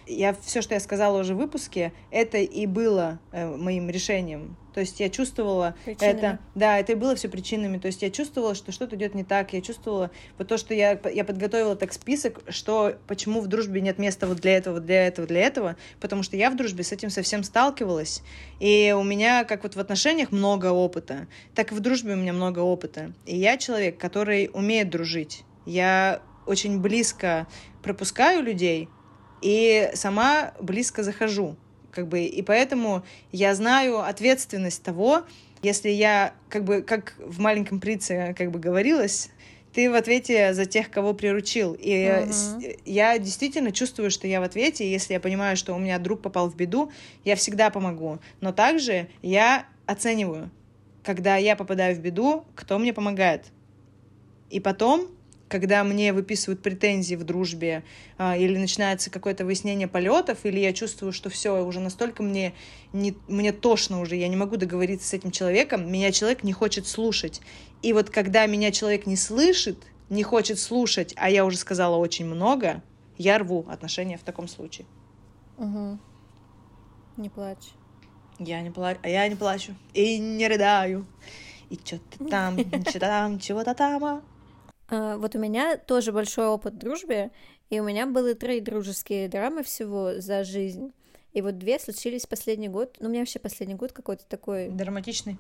Я все, что я сказала уже в выпуске, это и было э, моим решением. То есть я чувствовала Причинами. это, да, это и было все причинами. То есть я чувствовала, что что-то идет не так. Я чувствовала вот то, что я, я подготовила так список, что почему в дружбе нет места вот для этого, для этого, для этого. Потому что я в дружбе с этим совсем сталкивалась. И у меня, как вот в отношениях много опыта, так и в дружбе у меня много опыта. И я человек, который умеет дружить. Я очень близко пропускаю людей и сама близко захожу. Как бы, и поэтому я знаю ответственность того, если я, как бы, как в «Маленьком принце» как бы говорилось, ты в ответе за тех, кого приручил. И uh-huh. я действительно чувствую, что я в ответе, и если я понимаю, что у меня друг попал в беду, я всегда помогу. Но также я оцениваю, когда я попадаю в беду, кто мне помогает. И потом, когда мне выписывают претензии в дружбе, а, или начинается какое-то выяснение полетов, или я чувствую, что все, уже настолько мне, не, мне тошно уже, я не могу договориться с этим человеком, меня человек не хочет слушать. И вот когда меня человек не слышит, не хочет слушать, а я уже сказала очень много, я рву отношения в таком случае. Угу. Не плачь. Я не плачу, а я не плачу и не рыдаю. И что-то там, что-то там, чего-то там. Вот у меня тоже большой опыт в дружбе, и у меня было три дружеские драмы всего за жизнь. И вот две случились последний год. Ну, у меня вообще последний год какой-то такой... Драматичный.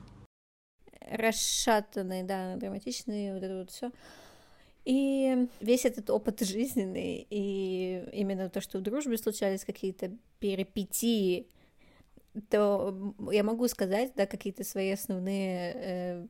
Расшатанный, да, драматичный, вот это вот все. И весь этот опыт жизненный, и именно то, что в дружбе случались какие-то перипетии, то я могу сказать, да, какие-то свои основные... Э,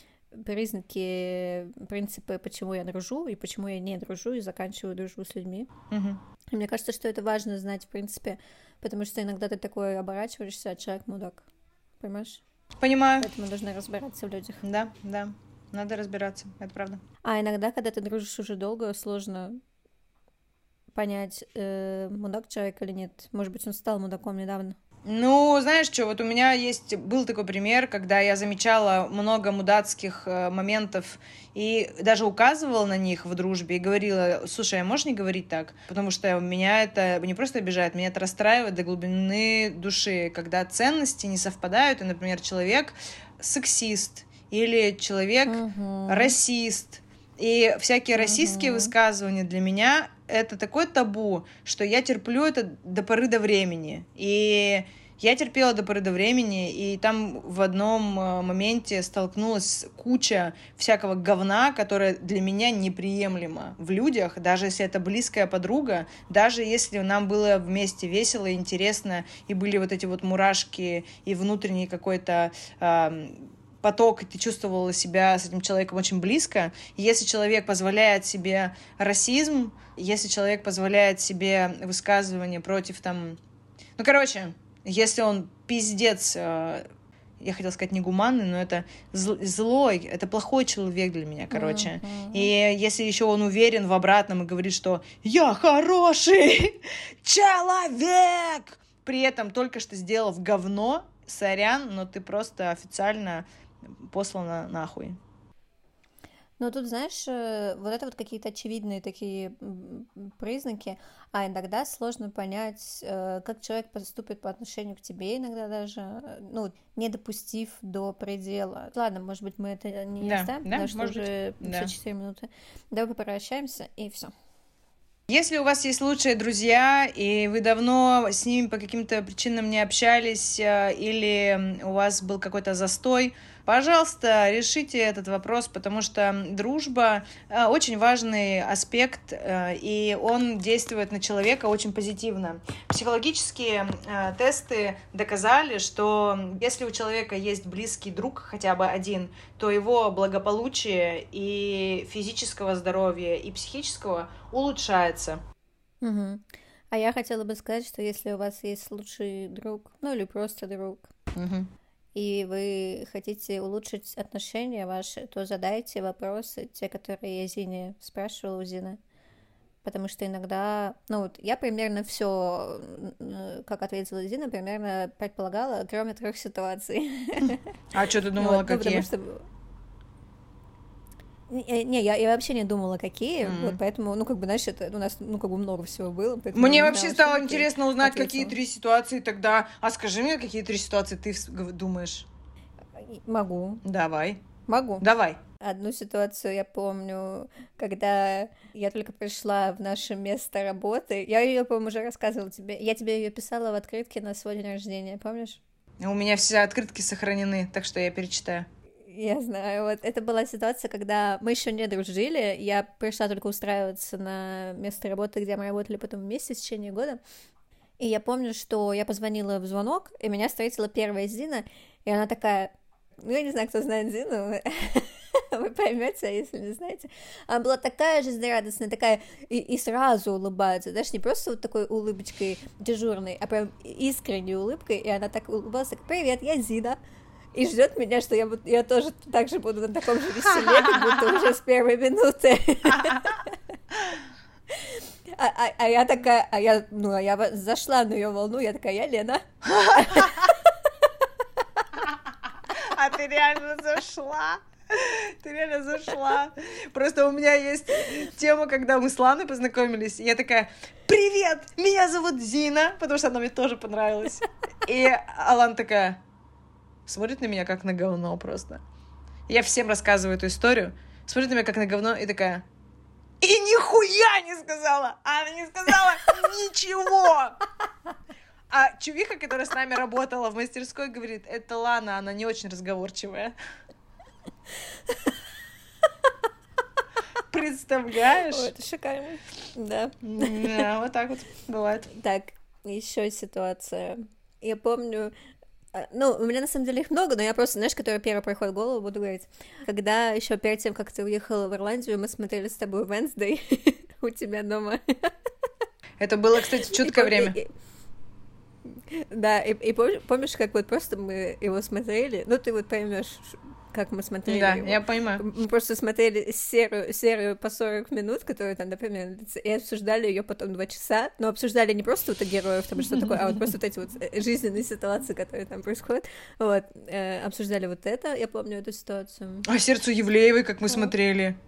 признаки, принципы, почему я дружу и почему я не дружу и заканчиваю дружбу с людьми. Uh-huh. И мне кажется, что это важно знать, в принципе, потому что иногда ты такой оборачиваешься, а человек мудак. Понимаешь? Понимаю. Поэтому должны разбираться в людях. Да, да, надо разбираться, это правда. А иногда, когда ты дружишь уже долго, сложно понять, э, мудак человек или нет. Может быть, он стал мудаком недавно. Ну, знаешь что, вот у меня есть, был такой пример, когда я замечала много мудацких э, моментов и даже указывала на них в дружбе и говорила: слушай, а можешь не говорить так? Потому что меня это не просто обижает, меня это расстраивает до глубины души, когда ценности не совпадают, и, например, человек сексист или человек uh-huh. расист, и всякие uh-huh. расистские высказывания для меня это такое табу, что я терплю это до поры до времени. И я терпела до поры до времени, и там в одном моменте столкнулась с куча всякого говна, которое для меня неприемлемо в людях, даже если это близкая подруга, даже если нам было вместе весело, интересно, и были вот эти вот мурашки, и внутренний какой-то... Э, поток, и ты чувствовала себя с этим человеком очень близко. И если человек позволяет себе расизм, если человек позволяет себе высказывание против там... Ну, короче, если он пиздец, э, я хотела сказать негуманный, но это зл- злой, это плохой человек для меня, короче. Mm-hmm. И если еще он уверен в обратном и говорит, что «я хороший человек», при этом только что сделав говно, сорян, но ты просто официально послана нахуй. Ну, тут, знаешь, вот это вот какие-то очевидные такие признаки, а иногда сложно понять, как человек поступит по отношению к тебе, иногда даже, ну, не допустив до предела. Ладно, может быть, мы это не да, оставим, да, потому что уже да. четыре минуты. Давай попрощаемся, и все. Если у вас есть лучшие друзья, и вы давно с ними по каким-то причинам не общались, или у вас был какой-то застой, пожалуйста, решите этот вопрос, потому что дружба очень важный аспект, и он действует на человека очень позитивно. Психологические тесты доказали, что если у человека есть близкий друг, хотя бы один, то его благополучие и физического здоровья, и психического улучшается. Угу. А я хотела бы сказать, что если у вас есть лучший друг, ну или просто друг, угу. и вы хотите улучшить отношения ваши, то задайте вопросы, те, которые я Зине спрашивала у Зины. Потому что иногда, ну вот я примерно все, как ответила Зина, примерно предполагала, кроме трех ситуаций. А что ты думала, вот, какие? Ну, потому что... Не, не, я, я вообще не думала, какие, Mm. вот поэтому, ну, как бы, знаешь, это у нас, ну, как бы много всего было. Поэтому Мне я не вообще знала, стало что интересно узнать, ответила. какие три ситуации тогда. А скажи мне, какие три ситуации ты думаешь? Могу. Давай. Могу. Давай. Одну ситуацию я помню, когда я только пришла в наше место работы. Я ее, по-моему, уже рассказывала тебе. Я тебе ее писала в открытке на свой день рождения, помнишь? У меня все открытки сохранены, так что я перечитаю. Я знаю, вот это была ситуация, когда мы еще не дружили, я пришла только устраиваться на место работы, где мы работали потом вместе в течение года, и я помню, что я позвонила в звонок, и меня встретила первая Зина, и она такая, ну, я не знаю, кто знает Зину, вы поймете, а если не знаете, она была такая жизнерадостная, такая, и, и сразу улыбается, знаешь, не просто вот такой улыбочкой дежурной, а прям искренней улыбкой, и она так улыбалась, так, привет, я Зина, и ждет меня, что я, я тоже так же буду на таком же веселе, как будто уже с первой минуты. А, а, а я такая, а я, ну, а я зашла на ее волну, я такая, я Лена. А ты реально зашла? Ты реально зашла. Просто у меня есть тема, когда мы с Ланой познакомились, и я такая, привет, меня зовут Зина, потому что она мне тоже понравилась. И Алана такая... смотрит на меня как на говно просто. Я всем рассказываю эту историю. Смотрит на меня как на говно и такая... И нихуя не сказала! Она не сказала ничего! А чувиха, которая с нами работала в мастерской, говорит, это Лана, она не очень разговорчивая. Представляешь? О, это шикарно. Да. Да, вот так вот бывает. Так, еще ситуация. Я помню... Ну, у меня на самом деле их много, но я просто, знаешь, которая первая приходит в голову, буду говорить. Когда еще перед тем, как ты уехала в Ирландию, мы смотрели с тобой Wednesday у тебя дома. Это было, кстати, чуткое и, время. И, и, да, и, и помнишь, помнишь, как вот просто мы его смотрели? Ну, ты вот поймешь, как мы смотрели да, его. Я понимаю. Мы просто смотрели серию, серию по сорок минут, которую там, например, и обсуждали ее потом два часа, но обсуждали не просто вот героев, там что такое, а вот просто вот эти вот жизненные ситуации, которые там происходят. Вот, э, обсуждали вот это, я помню эту ситуацию. А «Сердце Ивлеевой», как мы смотрели.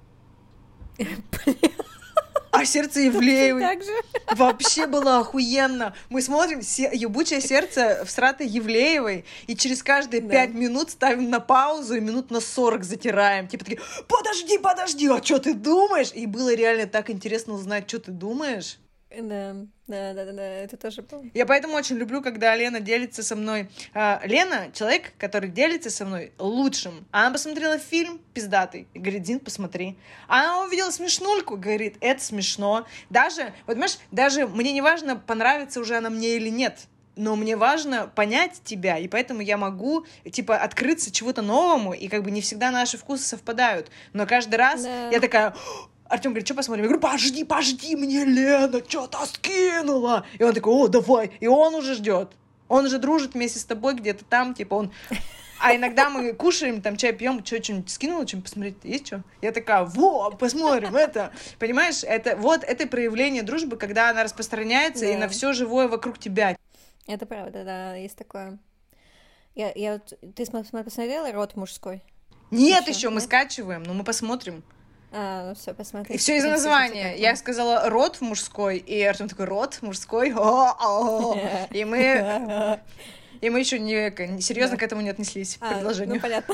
А «Сердце Ивлеевой» вообще было охуенно. Мы смотрим се- «Ебучее сердце» всратой Ивлеевой, и через каждые да. пять минут ставим на паузу и минут на сорок затираем. Типа такие, подожди, подожди, а что ты думаешь? И было реально так интересно узнать, что ты думаешь. Да, да, да, да, да, это тоже помню. Я поэтому очень люблю, когда Лена делится со мной. А, Лена — человек, который делится со мной лучшим. Она посмотрела фильм пиздатый и говорит, Зин, посмотри. Она увидела смешнульку, говорит, это смешно. Даже, вот понимаешь, даже мне не важно, понравится уже она мне или нет, но мне важно понять тебя, и поэтому я могу, типа, открыться чего-то новому, и как бы не всегда наши вкусы совпадают. Но каждый раз да. я такая... Артём говорит, что посмотрим? Я говорю, подожди, подожди, мне Лена что-то скинула. И он такой, о, давай. И он уже ждет. Он уже дружит вместе с тобой где-то там, типа он... А иногда мы кушаем, там чай пьем, что, что-нибудь скинула, чем посмотреть, есть что? Я такая, во, посмотрим это. Понимаешь, это вот это проявление дружбы, когда она распространяется да. и на все живое вокруг тебя. Это правда, да, есть такое. Я, я вот... Ты посмотрела «Род мужской»? Нет еще, еще мы скачиваем, но мы посмотрим. А, ну все, посмотри. И все из-за названия. Я сказала род в мужской, и Артем такой род мужской. И мы и мы еще не серьезно к этому не отнеслись. Предложению. Ну понятно.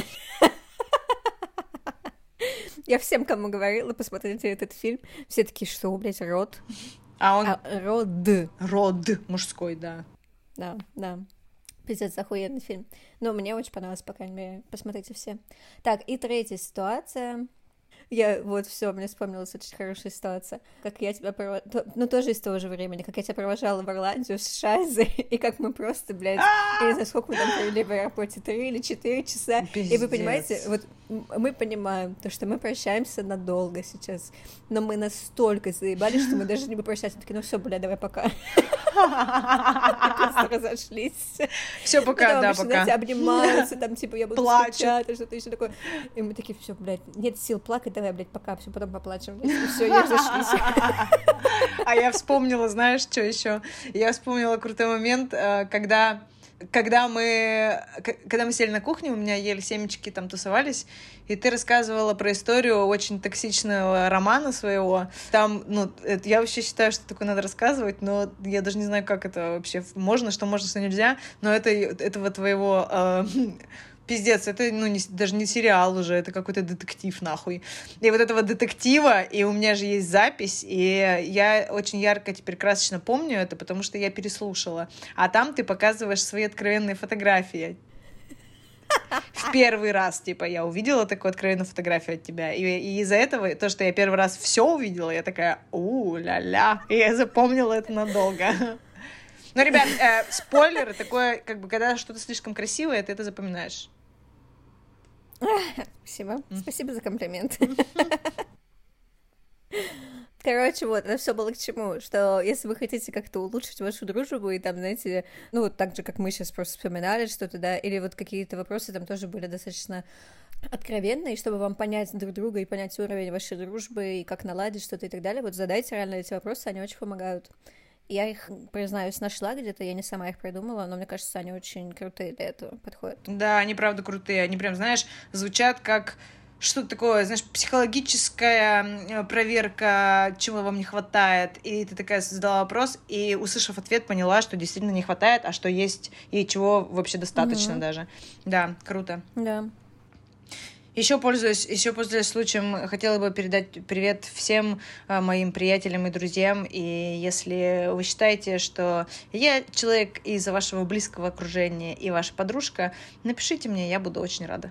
Я всем, кому говорила, посмотрите этот фильм, все такие, что, блядь, род? А он род. Род мужской, да. Да, да. Пиздец, охуенный фильм. Но мне очень понравилось, по крайней мере. Посмотрите все. Так, и третья ситуация. Я вот все, мне вспомнилась очень хорошая ситуация, как я тебя провожала, ну тоже из того же времени, как я тебя провожала в Ирландию с Шайзой, и как мы просто, блядь, я не знаю, сколько мы там провели в аэропорте, три или четыре часа, Пиздец. И вы понимаете, вот мы понимаем, то, что мы прощаемся надолго сейчас, но мы настолько заебались, что мы даже не попрощались, мы такие, ну все, блядь, давай пока. Просто разошлись. Все, пока, да, пока. Обнимаются, там, типа, я буду скучать, что-то еще такое. И мы такие, все, блядь, нет сил плакать, давай, блядь, пока, все, потом поплачем. И все, и разошлись. А я вспомнила, знаешь, что еще? Я вспомнила крутой момент, когда когда мы, когда мы сели на кухню, у меня ели семечки, там тусовались, и ты рассказывала про историю очень токсичного романа своего. Там, ну, это, я вообще считаю, что такое надо рассказывать, но я даже не знаю, как это вообще можно, что можно, что нельзя, но это, этого твоего... Э, пиздец, это, ну, не, даже не сериал уже, это какой-то детектив, нахуй. И вот этого детектива, и у меня же есть запись, и я очень ярко теперь красочно помню это, потому что я переслушала. А там ты показываешь свои откровенные фотографии. В первый раз, типа, я увидела такую откровенную фотографию от тебя. И, и из-за этого, то, что я первый раз все увидела, я такая, у-ля-ля. И я запомнила это надолго. Ну, ребят, э, спойлеры, такое, как бы, когда что-то слишком красивое, ты это запоминаешь. Спасибо. Спасибо за комплимент. Короче, вот, это все было к чему, что если вы хотите как-то улучшить вашу дружбу, и там, знаете, ну, вот так же, как мы сейчас просто вспоминали что-то, да, или вот какие-то вопросы там тоже были достаточно откровенные, чтобы вам понять друг друга и понять уровень вашей дружбы, и как наладить что-то и так далее, вот задайте реально эти вопросы, они очень помогают. Я их, признаюсь, нашла где-то, я не сама их придумала, но мне кажется, они очень крутые для этого подходят. Да, они правда крутые, они прям, знаешь, звучат как что-то такое, знаешь, психологическая проверка, чего вам не хватает, и ты такая задала вопрос, и, услышав ответ, поняла, что действительно не хватает, а что есть, и чего вообще достаточно mm-hmm. даже. Да, круто. Да. Еще пользуясь, еще пользуясь случаем, хотела бы передать привет всем моим приятелям и друзьям. И если вы считаете, что я человек из вашего близкого окружения и ваша подружка, напишите мне, я буду очень рада.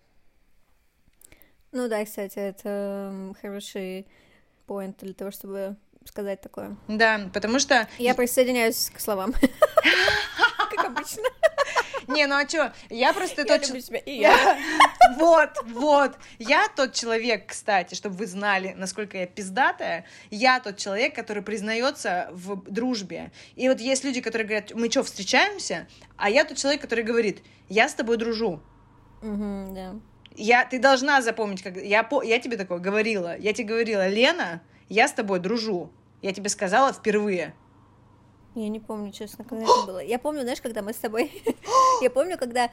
Ну да, кстати, это хороший поинт для того, чтобы сказать такое. Да, потому что... Я присоединяюсь к словам. Как обычно. Не, ну а чё? Я просто я тот... люблю тебя, и я. Вот, вот. Я тот человек, кстати, чтобы вы знали, насколько я пиздатая, я тот человек, который признается в дружбе. И вот есть люди, которые говорят, мы что, встречаемся? А я тот человек, который говорит, я с тобой дружу. Угу, да. Я, ты должна запомнить, как я, я тебе такое говорила. Я тебе говорила, Лена, я с тобой дружу. Я тебе сказала впервые. Я не помню, честно, когда это было. Я помню, знаешь, когда мы с тобой... Я помню, когда...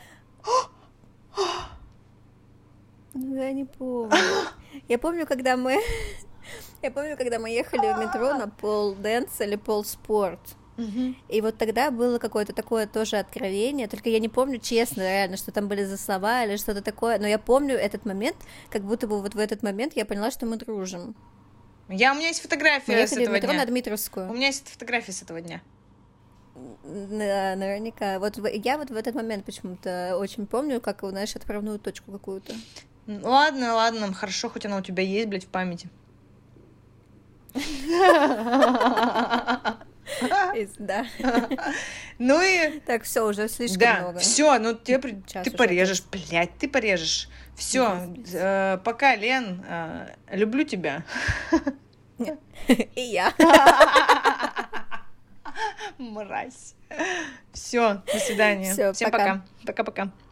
Я не помню. Я помню, когда мы... Я помню, когда мы ехали в метро на пол дэнс или пол спорт. Uh-huh. И вот тогда было какое-то такое тоже откровение, только я не помню честно, реально, что там были за слова или что-то такое, но я помню этот момент, как будто бы вот в этот момент я поняла, что мы дружим. Я, у меня есть фотография мы с этого в метро дня. на Дмитровскую. У меня есть фотография с этого дня. Да, наверняка. Вот я вот в этот момент почему-то очень помню, как, знаешь, отправную точку какую-то. Ладно, ладно, хорошо, хоть она у тебя есть, блядь, в памяти. Да. Ну и... Так, все, уже слишком да, много. Все, ну тебе при... ты порежешь, блядь, ты порежешь. Все, э, пока, Лен, э, люблю тебя. И я. Мразь. Все, до свидания. Всё, Всем пока. пока. Пока-пока.